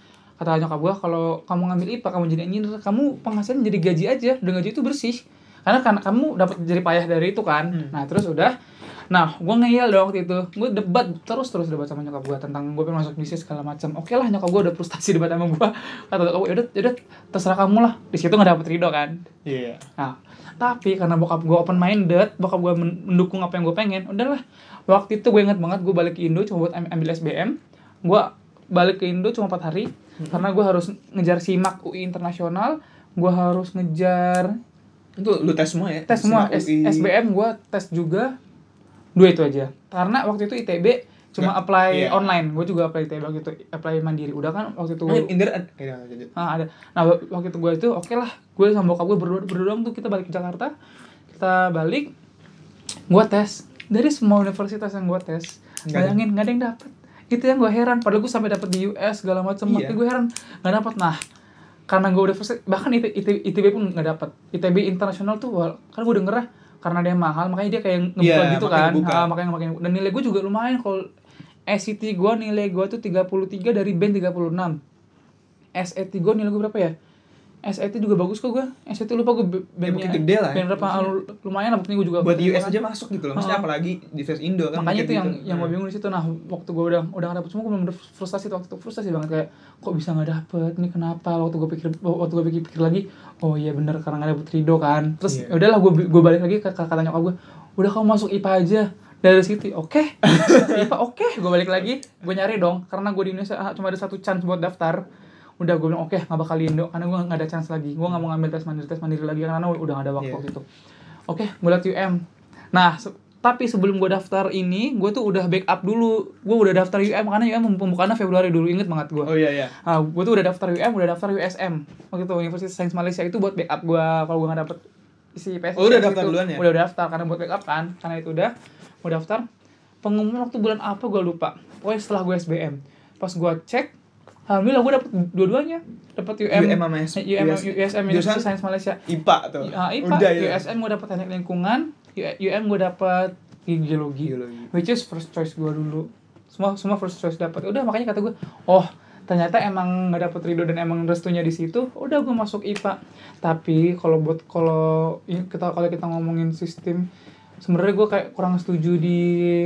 kata nyokap gue kalau kamu ngambil I P A kamu jadi engineer, kamu penghasilan jadi gaji aja, dan gaji itu bersih karena kan kamu dapat jadi payah dari itu kan. hmm. Nah terus udah, nah gue ngeyel dong waktu itu, gue debat terus terus debat sama nyokap gue tentang gue pengen masuk bisnis segala macam. Oke lah, nyokap gue udah frustasi debat sama gue, kata nyokap gue yaudah yaudah terserah kamu lah. Di situ nggak dapet ridho kan. Iya. Yeah. Nah tapi karena bokap gue open minded, bokap gue mendukung apa yang gue pengen, udahlah. Waktu itu gue inget banget, gue balik ke Indo cuma buat ambil S B M. Gue balik ke Indo cuma empat hari hmm. karena gue harus ngejar SIMAK U I internasional, gue harus ngejar itu lu tes semua ya? Tes semua, S- S B M gue tes juga, dua itu aja. Karena waktu itu I T B cuma Nggak, apply iya. online, gue juga apply I T B waktu itu, apply mandiri. Udah kan waktu itu. Oh, Inder ada. Nah, ada. Nah waktu itu gue itu oke okay lah, gue sama bokap gue berdua berdua tuh kita balik ke Jakarta, kita balik, gue tes dari semua universitas yang gue tes, bayangin nggak ada yang dapet. Itu yang gue heran, padahal gue sampai dapet di U S segala macam, iya. Makanya gue heran nggak dapet. Nah karena gue udah first, bahkan I T B pun nggak dapet. I T B internasional tuh kan gue denger lah karena dia mahal, makanya dia kayak ngebuka yeah, gitu kan. Nah, makanya makanya dan nilai gue juga lumayan. Kalau S A T gue nilai gue tuh tiga puluh tiga dari band tiga puluh enam. S A T gue nilai gue berapa ya? S A T juga bagus kok gue. S A T lupa gue bandnya. Ya, gede lah. Band berapa ya. Lumayan lah, buktinya gue juga. Buat U S aja masuk gitu loh. Maksudnya uh, apalagi di First Indo kan. Makanya itu gitu. yang yang gue bingung di situ. Nah, waktu gue udah udah enggak dapet semua, gue bener-bener frustasi waktu itu. Frustasi banget kayak kok bisa enggak dapet? Ini kenapa? Waktu gue pikir waktu gue pikir-pikir lagi, oh iya bener karena enggak dapet ridho kan. Terus yeah. udahlah gue gue balik lagi ke kata nyokap gue, udah kamu masuk I P A aja. Dari situ, oke, okay. I P A oke, okay. Gue balik lagi, gue nyari dong, karena gue di Indonesia cuma ada satu chance buat daftar. Udah gue bilang oke, okay, nggak bakal di Indo, karena gue nggak ada chance lagi, gue nggak mau ngambil tes mandiri tes mandiri lagi karena udah nggak ada waktu yeah. gitu. Oke, okay, gue liat U M. Nah, se- tapi sebelum gue daftar ini, gue tuh udah backup dulu, gue udah daftar U M karena U M pembukaannya Februari dulu, inget banget gue. Oh iya iya. Nah, gue tuh udah daftar U M, udah daftar U S M, waktu itu Universitas Sains Malaysia itu buat backup gue kalau gue nggak dapet isi P S. Oh udah daftar duluan ya? Udah daftar karena buat backup kan, karena itu udah, gue daftar. Pengumuman waktu bulan apa gue lupa. Pokoknya setelah gue S B M. Pas gue cek, alhamdulillah gue dapet dua-duanya. Dapet U M, U M sama S, U M, U S M, Universitas Sains Malaysia. I P A tuh. Uh, I P A, udah, ya. U S M gue dapet teknik lingkungan, U M gue dapet geologi. Geologi. Which is first choice gue dulu. Semua semua first choice dapet. Udah makanya kata gue, oh ternyata emang nggak dapet ridho dan emang restunya di situ. Udah gue masuk I P A. Tapi kalau buat kalau kita kalau kita ngomongin sistem, sebenarnya gue kayak kurang setuju di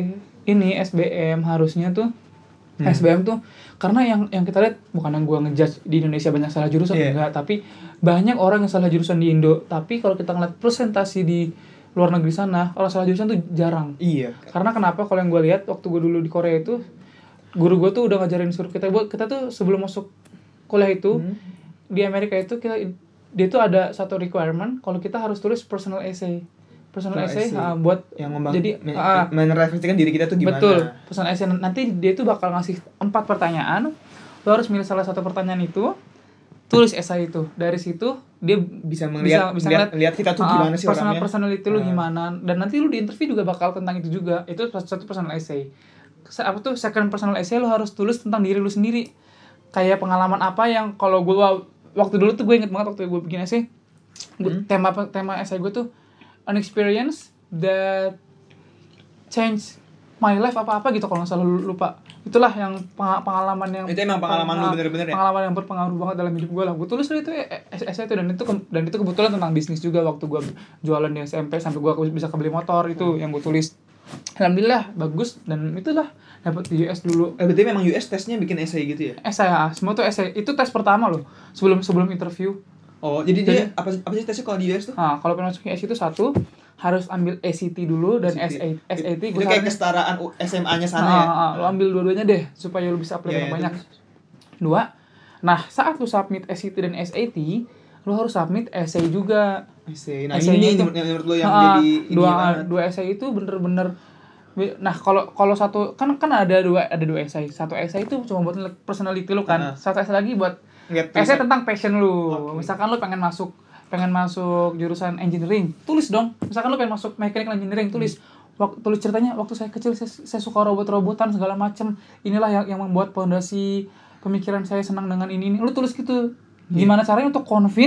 ini S B M. Harusnya tuh hmm. S B M tuh karena yang yang kita lihat bukan yang gue ngejudge di Indonesia banyak salah jurusan yeah. enggak, tapi banyak orang yang salah jurusan di Indo. Tapi kalau kita ngeliat presentasi di luar negeri sana, orang salah jurusan tuh jarang. Iya. Karena kenapa? Kalau yang gue lihat waktu gue dulu di Korea itu, guru gue tuh udah ngajarin suruh kita buat kita tuh sebelum masuk kuliah itu hmm. di Amerika itu kita dia tuh ada satu requirement kalau kita harus tulis personal essay. Personal nah, essay uh, buat yang ngembang, jadi men- uh, merefleksikan diri kita tuh gimana. Betul. Personal essay nanti dia tuh bakal ngasih empat pertanyaan. Lo harus milih salah satu pertanyaan itu, tulis essay itu. Dari situ dia bisa melihat bisa, bisa lihat kita tuh gimana uh, sih personal orangnya. Personality lu uh. gimana, dan nanti lu di interview juga bakal tentang itu juga. Itu satu personal essay. Apa tuh second personal essay lu harus tulis tentang diri lu sendiri. Kayak pengalaman apa yang kalau gue waktu dulu tuh gue inget banget waktu gue bikin essay. Hmm. Tema tema essay gue tuh an experience that change my life apa-apa gitu kalau nggak salah lupa. Itulah yang pengalaman yang itu emang pengalaman peng- lu bener-bener ya? Pengalaman yang berpengaruh banget dalam hidup gue lah. Gue tulis itu essay itu dan itu dan itu kebetulan tentang bisnis juga waktu gue jualan di S M P sampai gue bisa kebeli motor itu hmm. yang gue tulis. Alhamdulillah bagus dan itulah dapat di U S dulu. Eh berarti memang U S tesnya bikin essay gitu ya? Essay ah, semua tuh essay. Itu tes pertama loh sebelum sebelum interview. Oh, jadi, jadi dia apa apa sih tesnya kalau di U S tuh? Nah, kalau pengen masuk U S itu satu harus ambil A C T dulu dan S A T. S A T itu kayak kesetaraan S M A-nya sana nah, ya. Nah, lo ambil dua-duanya deh supaya lo bisa apply yeah, banyak. Yeah. Dua. Nah, saat lo submit S A T dan S A T, lo harus submit essay juga. Essay. Nah, essay ini itu, menurut lo yang nah, jadi dua dua essay itu bener-bener. Nah, kalau kalau satu kan kan ada dua ada dua essay. Satu essay itu cuma buat personality lo kan. Uh-huh. Satu essay lagi buat essay tentang passion lu. Okay. Misalkan lu pengen masuk pengen masuk jurusan engineering, tulis dong. Misalkan lu pengen masuk mechanical engineering, tulis. Waktu tulis ceritanya waktu saya kecil saya, saya suka robot-robotan segala macam. Inilah yang yang membuat fondasi pemikiran saya senang dengan ini ini. Lu tulis gitu. Gimana yeah. caranya untuk convince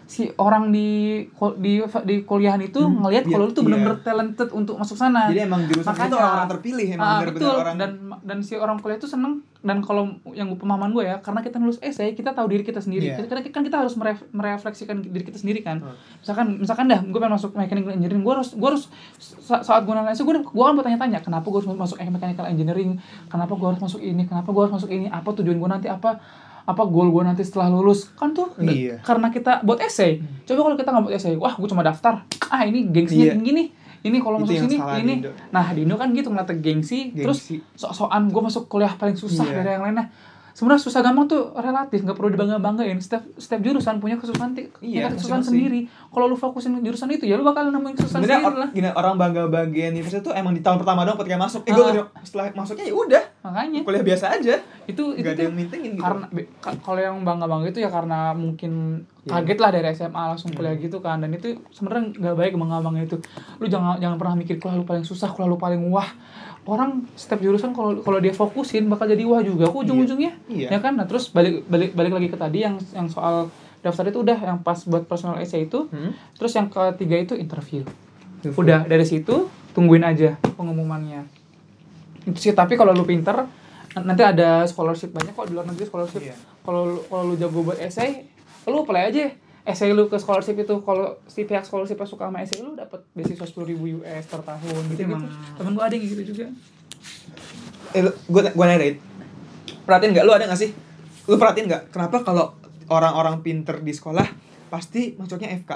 si orang di di di kuliahan itu hmm, ngelihat kalau lu tuh benar-benar iya. talented untuk masuk sana. Jadi emang jurusan itu orang-orang terpilih emang ah, benar-benar orang. Dan dan si orang kuliah itu seneng, dan kalau yang pemahaman gue ya, karena kita nulis essay, kita tahu diri kita sendiri. Yeah. Karena kan kita harus meref, merefleksikan diri kita sendiri kan. Hmm. Misalkan misalkan dah gue pengen masuk mechanical engineering, gue harus gue harus saat gue nanya essay gue gue kan bertanya-tanya, kenapa gue harus masuk mechanical engineering? Kenapa gue harus masuk ini? Kenapa gue harus masuk ini? Apa tujuan gue nanti? Apa apa goal gue nanti setelah lulus kan tuh iya. Karena kita buat essay. Coba kalau kita nggak buat essay, wah gue cuma daftar, ah ini gengsinya iya. tinggi nih, ini kalau masuk sini ini di nah di Indo kan gitu ngeliat gengsi, gengsi terus sok-sokan gue masuk kuliah paling susah iya. dari yang lainnya. Sebenarnya susah gampang tuh relatif, nggak perlu dibangga-banggain. Setiap setiap jurusan punya kesusahan iya, kesusahan sendiri. Kalau lu fokusin jurusan itu ya lu bakal nemuin kesusahan sendiri or, lah. Gini, orang bangga-banggain universitas tuh emang di tahun pertama doang ketika masuk. Eh uh, gue setelah masuknya ya udah. Makanya kuliah biasa aja. Itu itu gak ada yang mintingin gitu. Karena kalau yang bangga-bangga itu ya karena mungkin yeah. kaget lah dari S M A langsung kuliah hmm. gitu kan, dan itu sebenarnya nggak baik bangga-bangga itu. Lu jangan jangan pernah mikir kuliah lu paling susah, kuliah lu paling wah. Orang setiap jurusan kalau kalau dia fokusin bakal jadi wah juga kok ujung-ujungnya. Iya. Ya kan? Nah, terus balik balik balik lagi ke tadi yang yang soal daftar itu udah yang pas buat personal essay itu. Hmm. Terus yang ketiga itu interview. Interview. Udah dari situ tungguin aja pengumumannya. Itu sih, tapi kalau lu pinter nanti ada scholarship banyak kok di luar negeri scholarship. Iya. Kalau kalau lu jago buat essay, lu apply aja. Essay lu ke scholarship itu, kalau si pihak scholarship suka sama essay lu dapat beasiswa sepuluh ribu U S per tahun gitu gitu. Temen gua ada yang gitu juga. Eh, gua gua nanya, perhatiin nggak lu ada nggak sih? Lu perhatiin nggak kenapa kalau orang-orang pinter di sekolah pasti masuknya F K?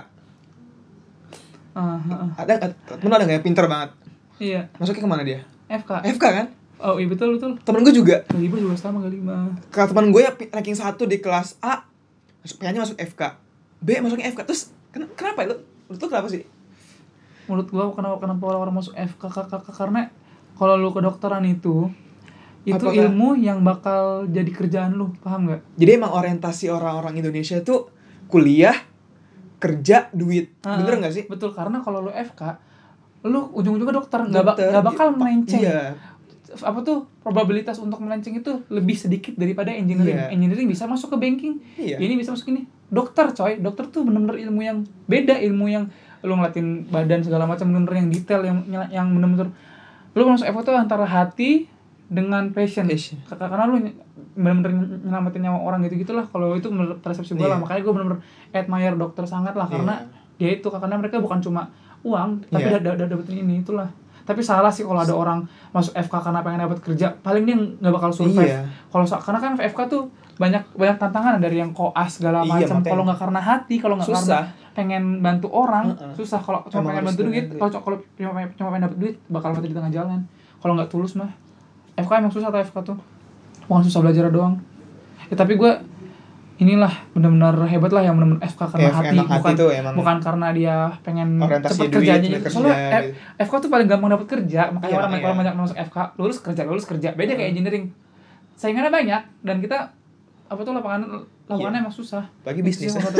Uh, uh, uh. Ada temen ada nggak yang pinter banget? Iya. Masuknya kemana dia? F K. F K kan? Oh iya betul betul. Temen gue juga. Galiba juga sama Galiba. Kalau temen gue ya ranking satu di kelas A, pengennya masuk F K. B masuknya F K. Terus kenapa lu? Lu tuh kenapa sih? Menurut gua kenapa kenapa orang-orang masuk F K, K, K, K karena kalau lu kedokteran itu itu apakah ilmu yang bakal jadi kerjaan lu, paham enggak? Jadi emang orientasi orang-orang Indonesia itu kuliah, kerja, duit. Ha, bener enggak sih? Betul, karena kalau lu F K, lu ujung-ujungnya dokter, enggak bak- bakal melenceng. Iya. Apa tuh probabilitas untuk melenceng itu lebih sedikit daripada engineering. Yeah. Engineering bisa masuk ke banking, yeah. Ini bisa masuk ini. Dokter coy, dokter tuh benar-benar ilmu yang beda, ilmu yang lu ngeliatin badan segala macam, benar-benar yang detail, yang yang benar-benar lu masuk F K tuh antara hati dengan passion. passion. Karena lu benar-benar nyelamatin nyawa orang gitu-gitulah. Kalau itu menurut persepsi gue yeah. lah, makanya gue benar-benar admire dokter sangat lah, karena yeah. dia itu karena mereka bukan cuma uang, tapi yeah. udah dapetin ini itulah. Tapi salah sih kalau ada orang masuk F K karena pengen dapat kerja, paling dia nggak bakal survive. Iya. Kalau karena kan F K tuh banyak banyak tantangan dari yang koas segala macam. Iya, kalau nggak karena hati, kalau nggak karena pengen bantu orang, uh-uh. susah. Kalau cuma pengen bantu duit, kalau kalau cuma pengen, cuma pengen dapat duit, bakal mati di tengah jalan. Kalau nggak tulus mah, F K emang susah atau F K tuh, bukan susah belajar doang. Ya, tapi gue inilah benar-benar hebat lah yang benar-benar F K karena ya, hati, bukan hati tuh, emang bukan karena dia pengen cepet kerjanya. Soalnya F, F K tuh paling gampang dapat kerja, makanya iya, orang iya. orang banyak masuk F K, lulus kerja, lulus kerja. Beda kayak engineering, saingannya banyak dan kita apa tuh lapangan lapangannya iya. emang susah. Bagi bisnis. Aduh.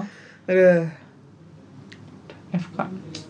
F K.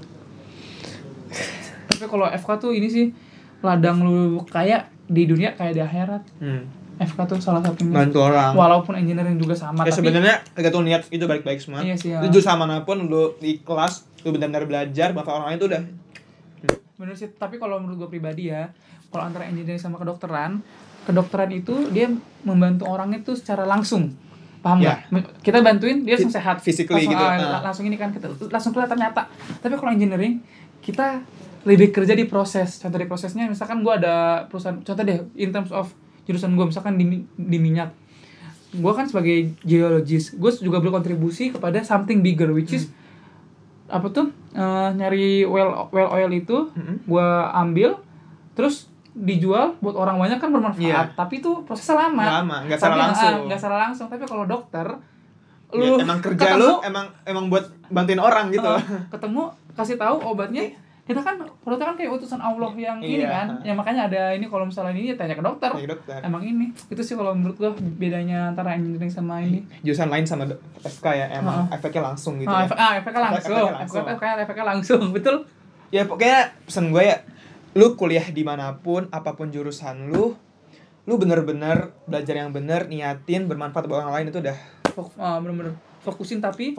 Tapi kalau F K tuh ini sih ladang lu kayak di dunia kayak di akhirat. Hmm. F K tuh salah satunya. Bantu orang. Walaupun engineering juga sama. Ya tapi sebenarnya tergantung niat itu baik-baik semua. Iya sih. Ya. Itu sama manapun lu di kelas lu benar-benar belajar, bahkan orang lain itu udah. Bener sih. Tapi kalau menurut gue pribadi ya, kalau antara engineering sama kedokteran, kedokteran itu dia membantu orang itu secara langsung. Paham nggak? Ya. Kita bantuin dia langsung sehat. Physically langsung, gitu. Uh, langsung ini kan kita langsung kelihatan nyata. Tapi kalau engineering kita lebih kerja di proses. Contoh di prosesnya, misalkan gue ada perusahaan. Contoh deh, in terms of jurusan gue misalkan di, di minyak, gue kan sebagai geologis, gue juga berkontribusi kepada something bigger, which is hmm. apa tuh uh, nyari well well oil itu, hmm. gue ambil, terus dijual buat orang banyak kan bermanfaat, yeah. tapi itu prosesnya lama, lama, nggak secara langsung, nggak secara langsung, tapi kalau dokter, lu ya, emang kerja ketemu, lu emang emang buat bantuin orang gitu, uh, ketemu kasih tahu obatnya. Kita kan perutnya kan kayak utusan Allah yang iya. ini kan, ya makanya ada ini kalau misalnya ini ya tanya ke dokter. Ya, dokter. Emang ini, itu sih kalau menurut gua bedanya antara engineering sama ini. Jurusan lain sama F K ya, emang uh-huh. efeknya langsung gitu. Uh, ya. Ah, efeknya langsung. Efeknya langsung. Efeknya, efeknya langsung, betul. Ya pokoknya pesan gue ya, lu kuliah dimanapun, apapun jurusan lu, lu bener-bener belajar yang bener, niatin, bermanfaat buat orang lain itu udah. Fok, uh, bener-bener fokusin tapi fokus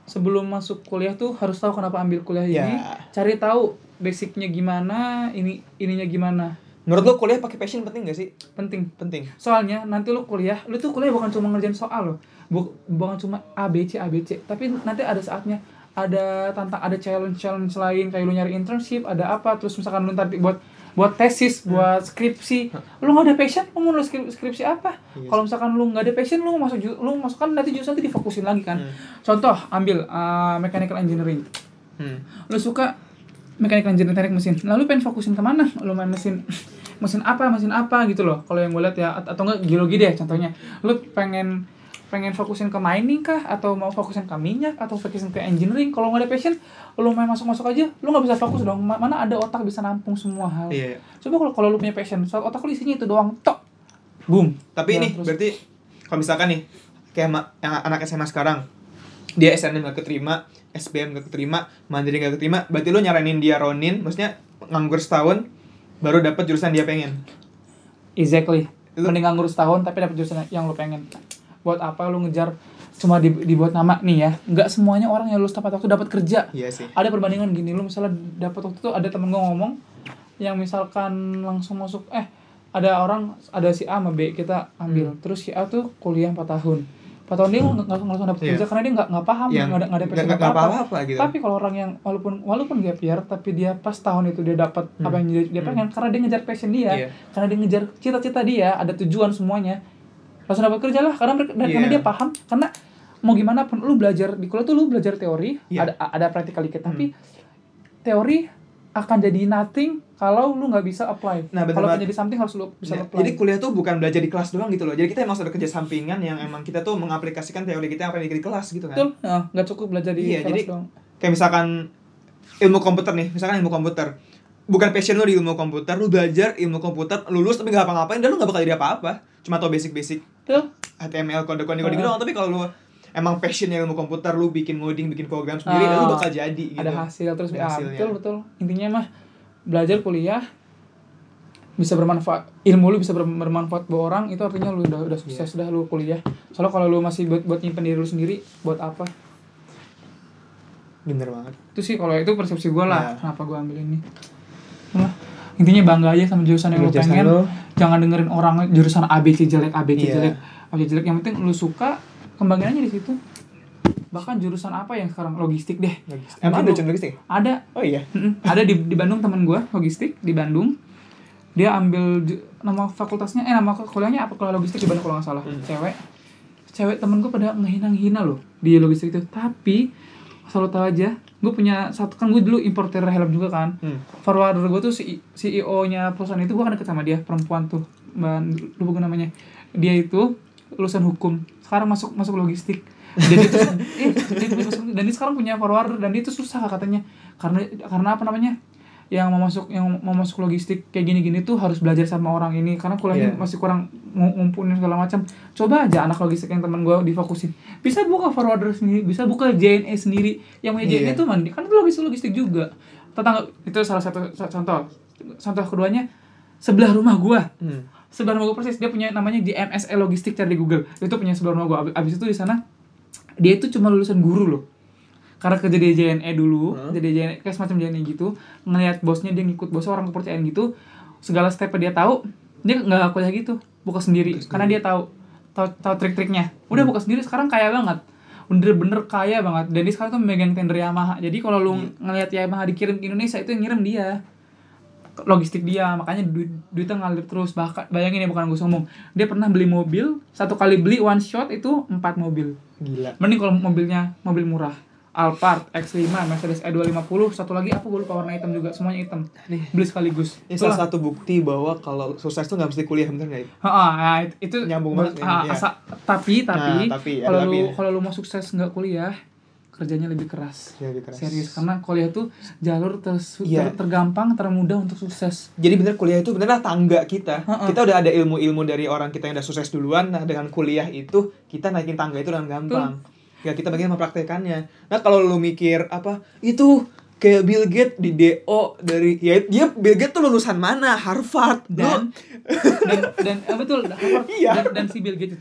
sebelum masuk kuliah tuh harus tahu kenapa ambil kuliah Ya. ini, cari tahu basicnya gimana, ini ininya gimana. Menurut lo kuliah pakai passion penting gak sih? Penting. Penting. Soalnya nanti lu kuliah, lu tuh kuliah bukan cuma ngerjain soal loh. Buk- bukan cuma A B C A B C, tapi nanti ada saatnya ada tantang ada challenge-challenge lain kayak lu nyari internship, ada apa, terus misalkan lu nanti buat buat tesis, hmm. buat skripsi. Lu enggak ada passion, lu mau nulis skripsi apa? Yes. Kalau misalkan lu enggak ada passion, lu masuk lu masukkan nanti justru nanti difokusin lagi kan. Hmm. Contoh, ambil uh, mechanical engineering. Hmm. Lu suka mechanical engineering teknik mesin. Lalu pengen fokusin ke mana? Lu main mesin mesin apa, mesin apa gitu loh. Kalau yang gue lihat ya, atau enggak geologi deh contohnya. Lu pengen pengen fokusin ke mining kah, atau mau fokusin ke minyak, atau fokusin ke engineering. Kalau nggak ada passion, lu main masuk-masuk aja, lu nggak bisa fokus dong. Mana ada otak bisa nampung semua hal. Iya. Coba kalau kalau lu punya passion, soal otak lu isinya itu doang, tok, boom. Tapi ini terus. Berarti kalau misalkan nih kayak ma- yang anak S M A sekarang, dia S N M nggak keterima, S B M nggak keterima, Mandiri nggak keterima, berarti lu nyaranin dia Ronin, maksudnya nganggur setahun baru dapat jurusan dia pengen. Exactly. Mending nganggur setahun tapi dapat jurusan yang lu pengen. Buat apa lu ngejar cuma dibuat nama nih ya, nggak semuanya orang yang lulus tepat waktu dapat kerja. Iya sih. Ada perbandingan gini, lu misalnya dapat waktu itu ada temen gue ngomong yang misalkan langsung masuk, eh ada orang, ada si A sama B kita ambil, hmm. terus si A tuh kuliah empat tahun empat tahun dia nggak langsung dapat kerja, yeah. karena dia nggak nggak paham, nggak ada nggak ada passion apa apa gitu. Tapi kalau orang yang walaupun walaupun gap year, tapi dia pas tahun itu dia dapat hmm. apa yang dia, dia pengen, hmm. karena dia ngejar passion dia, yeah. karena dia ngejar cita-cita dia, ada tujuan semuanya, langsung dapat kerja lah, karena yeah. karena dia paham. Karena mau gimana pun lu belajar di kuliah tuh lu belajar teori, yeah. ada ada praktikal dikit, tapi hmm. teori akan jadi nothing kalau lu nggak bisa apply. Nah, kalau menjadi something harus lu bisa ya, apply. Jadi kuliah tuh bukan belajar di kelas doang gitu loh. Jadi kita emang ada kerja sampingan yang emang kita tuh mengaplikasikan teori kita apa yang di kelas gitu kan. Betul. Nah, nggak cukup belajar di iya, kelas jadi, doang. Kayak misalkan ilmu komputer nih, misalkan ilmu komputer. Bukan passion lu di ilmu komputer, lu belajar ilmu komputer, lulus tapi nggak apa-ngapain, dan lu nggak bakal jadi apa-apa. Cuma tau basic-basic. Betul. H T M L, kode-kode uh. doang, tapi kalau lu emang passionnya ilmu komputer, lu bikin ngoding, bikin program sendiri, uh, dan lu bakal jadi gitu. Ada hasil terus ya, betul betul. Intinya mah belajar kuliah bisa bermanfaat, ilmu lu bisa bermanfaat buat orang, itu artinya lu udah udah sukses, yeah. udah lu kuliah. Soalnya kalau lu masih buat buat nyimpen diri lu sendiri, buat apa? Bener banget. Itu sih kalau itu persepsi gue lah, yeah. kenapa gue ambil ini. Nah, intinya bangga aja sama jurusan yang lu pengen. Lo. Jangan dengerin orang jurusan A B C jelek, A B C yeah. jelek, A B C jelek. Yang penting lu suka, kembangin aja di situ. Bahkan jurusan apa yang sekarang logistik deh. Logistik. Emang ada jurusan logistik? Ada. Oh iya. Ada di di Bandung, teman gue logistik di Bandung. Dia ambil nama fakultasnya, eh nama kuliahnya apa, kuliah logistik di Bandung kalau nggak salah. Hmm. Cewek. Cewek temen gue pada ngehina-ngehina loh di logistik itu. Tapi asal lo tau aja, gue punya satu, kan gue dulu importer helm juga kan. Hmm. Forwarder gue tuh C E O-nya perusahaan itu, gue kan deket sama dia, perempuan tuh, Mbak, lupa gue namanya. Dia itu lulusan hukum, sekarang masuk masuk logistik. Jadi itu eh, dan dia sekarang punya forwarder, dan itu susah katanya karena karena apa namanya, yang mau masuk yang mau masuk logistik kayak gini-gini tuh harus belajar sama orang ini, karena kuliahnya yeah. masih kurang ngumpulin segala macam. Coba aja anak logistik yang teman gue difokusin, bisa buka forwarder sendiri, bisa buka J N E sendiri. Yang punya yeah. J N E tuh mandi kan itu logistik logistik juga. Tetangga itu salah satu contoh. Contoh keduanya sebelah rumah gue. Hmm. Sebelah rumah gue persis, dia punya namanya J M S E logistik, cari di Google. Itu punya sebelah rumah gue. Abis itu di sana dia itu cuma lulusan guru loh, karena kerja di J N E dulu, hmm? jadi J N E kayak semacam J N E gitu, ngelihat bosnya, dia ngikut bosnya, orang kepercayaan gitu, segala stepnya dia tahu, dia nggak kuliah gitu, buka sendiri, buka karena sendiri. Dia tahu tahu tahu trik-triknya, udah hmm. buka sendiri, sekarang kaya banget, bener-bener kaya banget, dan dia sekarang tuh megang tender Yamaha. Jadi kalau lu hmm. ngelihat Yamaha dikirim ke Indonesia, itu yang ngirim dia, logistik dia, makanya duit duitnya ngalir terus. Bahkan bayangin ya, bukan gue sombong, dia pernah beli mobil, satu kali beli one shot itu empat mobil. Gila. Mending kalau mobilnya mobil murah, Alphard X lima, Mercedes E dua lima nol, satu lagi apa gue lupa, warna hitam juga, semuanya hitam. Nih, beli sekaligus. Ini salah satu bukti bahwa kalau sukses tuh nggak mesti kuliah, bener nggak itu? Heeh, ya, itu nyambung banget. Ah, ya. asa, tapi tapi, nah, tapi kalau lu kalau lu mau sukses nggak kuliah, kerjanya lebih keras. Ya, lebih keras. Serius, karena kuliah tuh jalur ter, ya. ter, tergampang, termudah untuk sukses. Jadi bener, kuliah itu benerlah tangga kita. Uh-uh. Kita udah ada ilmu-ilmu dari orang kita yang udah sukses duluan. Nah, dengan kuliah itu kita naikin tangga itu dengan gampang. Tuh. Ya kita bagian mempraktekannya. Nah, kalau lu mikir apa itu kayak Bill Gates di D O dari, ya dia Bill Gates tuh lulusan mana? Harvard. Dan dan dan, dan eh, betul Harvard. Iya. Dan, dan si Bill Gates itu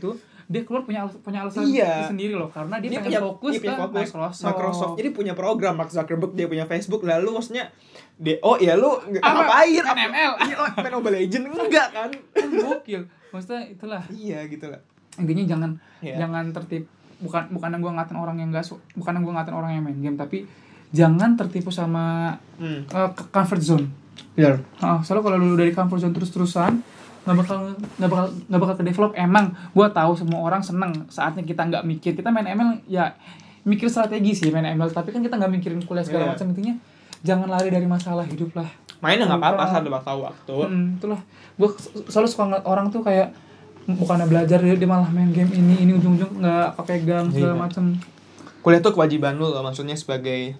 dia keluar punya al- punya alasan Iya. sendiri loh, karena dia, Dia pengen punya fokus dia punya ke fokus Microsoft. Microsoft. Jadi punya program Mark Zuckerberg, dia punya Facebook, lalu maksudnya dia oh ya lu nggak Apa? ngapain? Main M L? Iya, main Mobile Legends enggak kan? Kan gokil. Maksudnya itulah. Iya gitu lah. Intinya jangan Iya. jangan tertib, bukan bukan yang gue ngatain orang yang enggak su- bukan yang gue ngatain orang yang main game, tapi jangan tertipu sama Hmm. uh, ke- comfort zone. Benar. Heeh, soalnya kalau lu dari comfort zone terus-terusan nggak bakal nggak bakal nggak bakal ke develop. Emang gue tahu semua orang seneng saatnya kita nggak mikir, kita main M L ya mikir strategi sih main M L, tapi kan kita nggak mikirin kuliah segala Iya. macam. Intinya jangan lari dari masalah hidup lah. Main nggak apa-apa Bukan. asal lu tahu waktu. Hmm, itulah gue selalu suka ngeliat orang tuh kayak bukannya belajar, dia, dia malah main game ini ini ujung-ujung nggak kepegang segala Iya. macam. Kuliah tuh kewajiban lu loh, maksudnya sebagai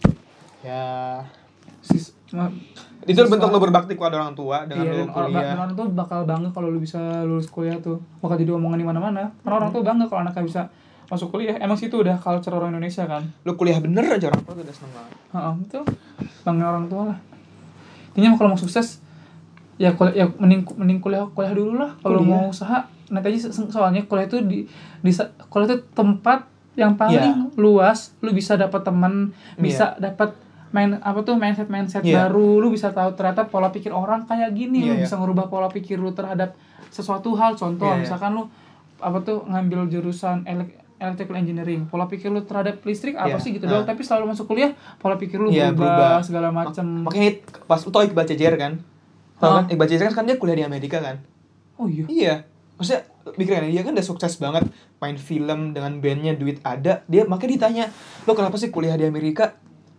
ya Sis, ma- itu siswa- bentuk lu berbakti kepada orang tua dengan iya, lu dan orang, kuliah. dan orang tuh bakal bangga kalau lu bisa lulus kuliah tuh, bakal jadi omongan di mana-mana. Karena orang tuh bangga kalau anaknya bisa masuk kuliah. Emang situ udah culture orang Indonesia kan. Lu kuliah bener aja orang tua udah seneng banget. Heeh, itu bangga orang tua lah. Intinya kalau mau sukses ya kuliah, ya mending mending kuliah kuliah dulu lah. Kalau Kuliah. mau usaha nanti aja, so- soalnya kuliah itu di, di kuliah itu tempat yang paling Iya. luas. Lu bisa dapat teman, Iya. bisa dapat main apa tuh mindset mindset Iya. baru. Lu bisa tahu ternyata pola pikir orang kayak gini. Iya, Lu iya. bisa ngerubah pola pikir lu terhadap sesuatu hal. Contoh Iya, iya. misalkan lu apa tuh ngambil jurusan elek electrical engineering, pola pikir lu terhadap listrik apa Iya. sih gitu Nah. doang. Tapi selalu masuk kuliah pola pikir lu Iya, berubah, berubah. segala macam. Makanya pas lu tau Iqbal Cejer kan? Tau Hah? kan? Iqbal Cejer kan dia kuliah di Amerika kan? Oh iya. Iya. Maksudnya mikir kan dia kan udah sukses banget main film dengan bandnya, duit ada. Dia makanya ditanya, "Lo kenapa sih kuliah di Amerika?"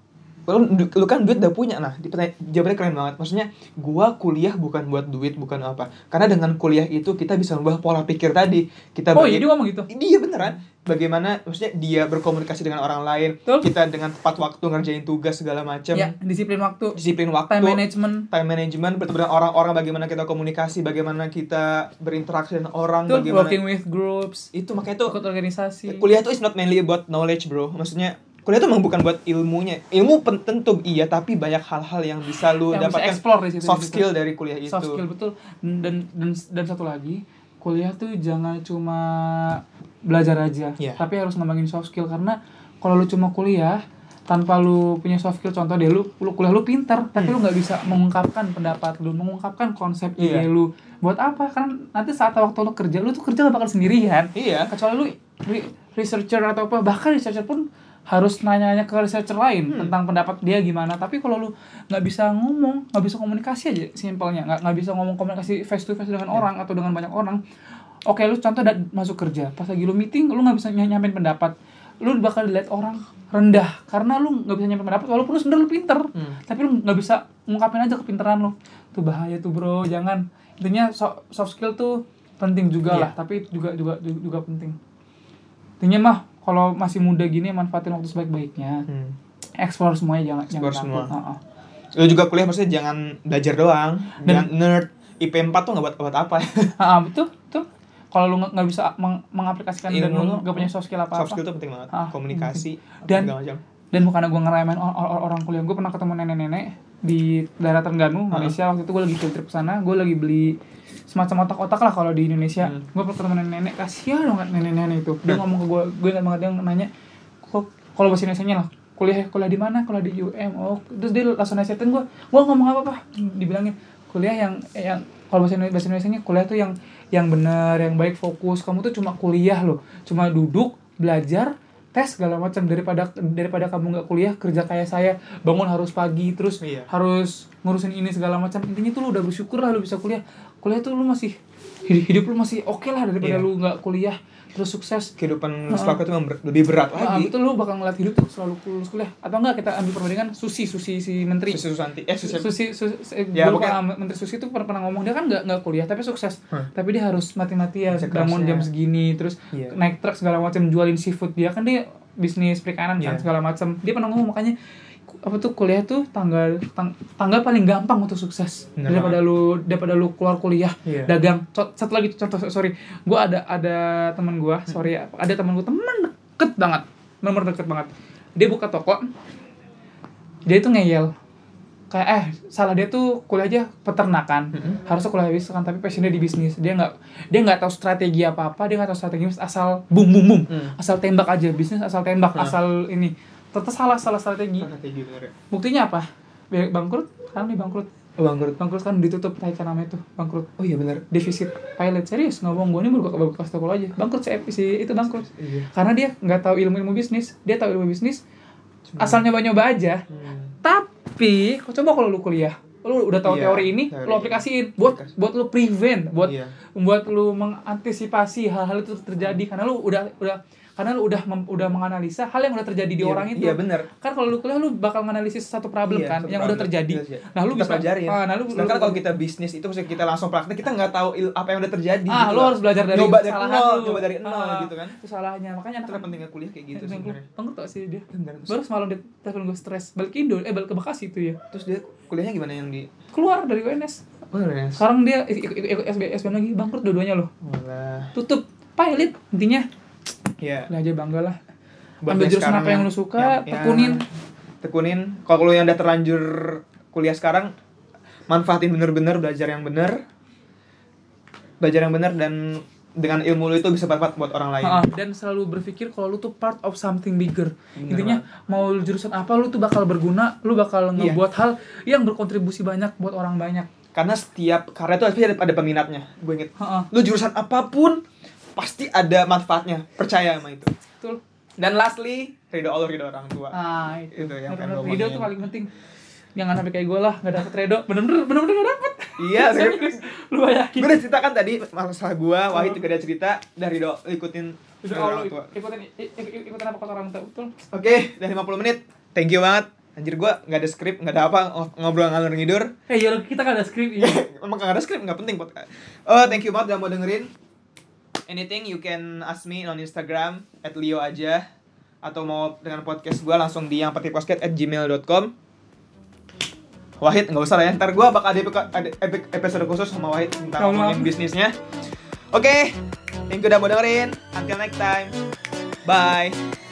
Lu, lu kan duit udah punya. Nah, ditanya- jawabannya keren banget. Maksudnya, gua kuliah bukan buat duit, bukan apa. Karena dengan kuliah itu kita bisa merubah pola pikir tadi. Kita Oh bagi- iya dia ngomong gitu. Iya beneran. Bagaimana maksudnya dia berkomunikasi dengan orang lain, Betul. kita dengan tepat waktu ngerjain tugas segala macam. Ya, disiplin waktu, Disiplin waktu, time management. time management, bertemu dengan orang-orang, bagaimana kita komunikasi, bagaimana kita berinteraksi dengan orang, Tuh, bagaimana working with groups, itu makanya tuh ikut organisasi. kuliah tuh is not mainly about knowledge, bro. Maksudnya kuliah tuh memang bukan buat ilmunya. Ilmu pen- tentu iya, tapi banyak hal-hal yang bisa lu Yang bisa dapatkan explore di situ, soft di situ. skill dari kuliah itu. Soft skill betul. Dan dan dan satu lagi, kuliah tuh jangan cuma belajar aja, Iya. tapi harus ngembangin soft skill. Karena kalau lu cuma kuliah tanpa lu punya soft skill, contoh deh lu, lu kuliah lu pinter tapi lu nggak bisa mengungkapkan pendapat lu, mengungkapkan konsep ide Iya. lu. Buat apa? Kan nanti saat waktu lu kerja, lu tuh kerja gak bakal sendirian. Iya. Kecuali lu re- researcher atau apa, bahkan researcher pun harus nanya-nanya ke researcher lain Hmm. tentang pendapat dia gimana. Tapi kalau lu nggak bisa ngomong, nggak bisa komunikasi aja simpelnya, nggak nggak bisa ngomong komunikasi face to face dengan orang atau dengan banyak orang. Oke, lu contoh da- masuk kerja, pas lagi lu meeting lu nggak bisa ny- nyampein pendapat, lu bakal dilihat orang rendah karena lu nggak bisa nyampein pendapat walaupun lu sebenarnya lu pinter. Hmm. Tapi lu nggak bisa ngungkapin aja kepinteran lu. Tuh bahaya tuh bro, jangan. Intinya so- soft skill tuh penting juga Iya. lah, tapi juga juga juga, juga penting. Intinya mah kalau masih muda gini manfaatin waktu sebaik-baiknya. Hmm. Explore semuanya, jangan Explore jangan semua. takut. Heeh. Lu juga kuliah maksudnya jangan belajar doang, Dan- jangan nerd. I P empat tuh nggak buat buat apa. Heeh, betul, betul. Kalau lu nggak nggak bisa meng- mengaplikasikan dan Ilmu lu lu. nggak punya soft skill apa-apa. Soft skill tuh penting banget. Ah, Komunikasi Dan- segala macam. Dan bukan gue ngeremehin or- or- orang kuliah, gue pernah ketemu nenek-nenek di daerah Terengganu, Malaysia. Waktu itu gue lagi field trip sana, gue lagi beli semacam otak-otak lah kalau di Indonesia. Hmm. Gue pernah ketemu nenek-nenek, kasihan banget nenek-nenek itu. Dia Hmm. ngomong ke gue, gue ingat banget dia nanya, kok kalau bahasa Indonesianya lah, kuliah kuliah di mana? Kuliah di U M. Oh, terus dia langsung nasihatin gue. Gue ngomong apa apa? Dibilangin kuliah yang eh, yang kalau bahasa Indonesia, bahasa Indonesianya kuliah tuh yang yang benar, yang baik, fokus. Kamu tuh cuma kuliah loh, cuma duduk, belajar, tes segala macam. Daripada daripada kamu nggak kuliah, kerja kayak saya, bangun harus pagi, terus Iya. harus ngurusin ini segala macam. Intinya tuh lu udah bersyukur lah lu bisa kuliah. Kuliah tuh lu masih hidup, hidup lu masih oke lah daripada Iya. lu nggak kuliah terus sukses. Kehidupan Heeh. setelah itu memang ber- lebih berat Ah, lagi. itu lu bakal ngeliat hidup tuh selalu lulus kuliah. Atau enggak kita ambil perbandingan Susi, Susi si menteri. Susi Susanti. Eh, Susi. Susi, Susi, eh, Ya, gua lupa, pokoknya- Menteri Susi itu pernah, pernah ngomong dia kan nggak nggak kuliah tapi sukses. Hmm. Tapi dia harus mati-matian Kerja bangun kerasnya. jam segini, terus Iya. naik truk segala macam, jualin seafood. Dia kan dia bisnis perikanan kan Iya. segala macam. Dia pernah ngomong makanya apa tuh kuliah tuh tanggal tang, tanggal paling gampang untuk sukses Bener daripada lu daripada lu keluar kuliah Iya. dagang. Co- satu lagi contoh, sorry, gue ada ada teman gue, sorry ya, ada teman gue teman deket banget, nomor deket banget. Dia buka toko, dia itu ngeyel, kayak eh salah dia tuh kuliah aja peternakan, Mm-hmm. harusnya kuliah bisnis kan, tapi passionnya di bisnis. Dia nggak dia nggak tahu strategi apa apa, dia nggak tahu strategi bisnis, asal bum bum bum, Mm. asal tembak aja bisnis, asal tembak, Nah. asal ini. Ternyata salah salah strategi. Strategi bener ya. Buktinya apa? Bangkrut, sekarang nih bangkrut. Oh, bangkrut. Bangkrut kan ditutup Taika namanya tuh, bangkrut. Oh iya benar. Defisit pilot, serius nggak bohong, gue ini baru baru kasih tau lo aja, bangkrut si, si itu bangkrut. Iya. Karena dia nggak tahu ilmu-ilmu bisnis, dia tahu ilmu bisnis, asal nyoba-nyoba aja. Hmm. Tapi, kau coba kalau lu kuliah, lu udah tahu Iya, teori ini, teori. lu aplikasiin buat buat lu prevent, buat Iya. buat lu mengantisipasi hal-hal itu terjadi, karena lu udah udah karena lu udah mem, udah menganalisa hal yang udah terjadi di Iya, orang itu. Iya benar. Kan kalau lu kuliah lu bakal menganalisis satu problem Iya, kan satu yang problem. udah terjadi. Iya, iya. Nah, lu Kita bisa pelajarin. Ah, nah lu Sedangkan lu- kalau kita bisnis itu maksudnya kita langsung praktek, kita nggak tahu il- apa yang udah terjadi. Ah, gitu lu loh. harus belajar dari nyoba dari kesalahan nol, lu. nyoba dari nol Ah, gitu kan. Itu salahnya. Makanya Itu anak pentingnya kuliah kayak gitu Eh, sebenarnya. bangkrut tau sih dia. Bener. Baru semalam dia telepon gue stres, balik ke Indo, eh balik ke Bekasi itu ya. Terus dia kuliahnya gimana yang di Keluar dari U N S. Oh, ya. Sekarang dia ik- ik- ikut S B S B lagi, bangkrut dua-duanya loh. Walah. Tutup pilot intinya. Iya. Udah aja bangga lah. Buat Ambil yang jurusan sekarang apa yang lu suka, yang- tekunin. Tekunin. Kalau lu yang udah terlanjur kuliah sekarang, manfaatin bener-bener, belajar yang bener. Belajar yang bener dan dengan ilmu lu itu bisa bermanfaat buat orang lain. Ha-ha. Dan selalu berpikir kalau lu tuh part of something bigger. Bener Intinya mau lu jurusan apa lu tuh bakal berguna, lu bakal Iya. ngebuat hal yang berkontribusi banyak buat orang banyak. Karena setiap karya itu pasti ada, ada peminatnya. Gue inget. Ha-ha. Lu jurusan apapun pasti ada manfaatnya. Percaya sama itu. Betul. Dan lastly, ridho Allah, ridho orang tua. Ah, itu, Itu yang bener-bener. pengen gua Ridho omongin. tuh paling penting. Jangan sampai kayak gue lah, gak dapet ridho. Bener-bener, bener-bener gak dapet. Iya, Serius. Lu bayangin. gue udah cerita kan tadi masalah gue, Wahid juga ada cerita dari ridho ikutin Ridho ridho orang Allah, tua. ikutin, ik- ik- ikutin apa kata orang tua. Betul. Oke, udah lima puluh menit. Thank you banget. Anjir, gue gak ada skrip, gak ada apa, ng- ngobrol ngalur ngidur. Eh, ya kita gak ada skrip ya. Emang gak ada skrip, gak penting podcast. Oh, thank you banget udah mau dengerin. Anything you can ask me on Instagram at leo aja. Atau mau dengan podcast gue langsung di yang peti podcast at gmail dot com. Wahid, gak usah lah ya, ntar gue bakal ada, epi- ada epi- episode khusus sama Wahid tentang Kalau ngomongin mau. bisnisnya. Oke, thank you udah mau dengerin. Until next time. Bye.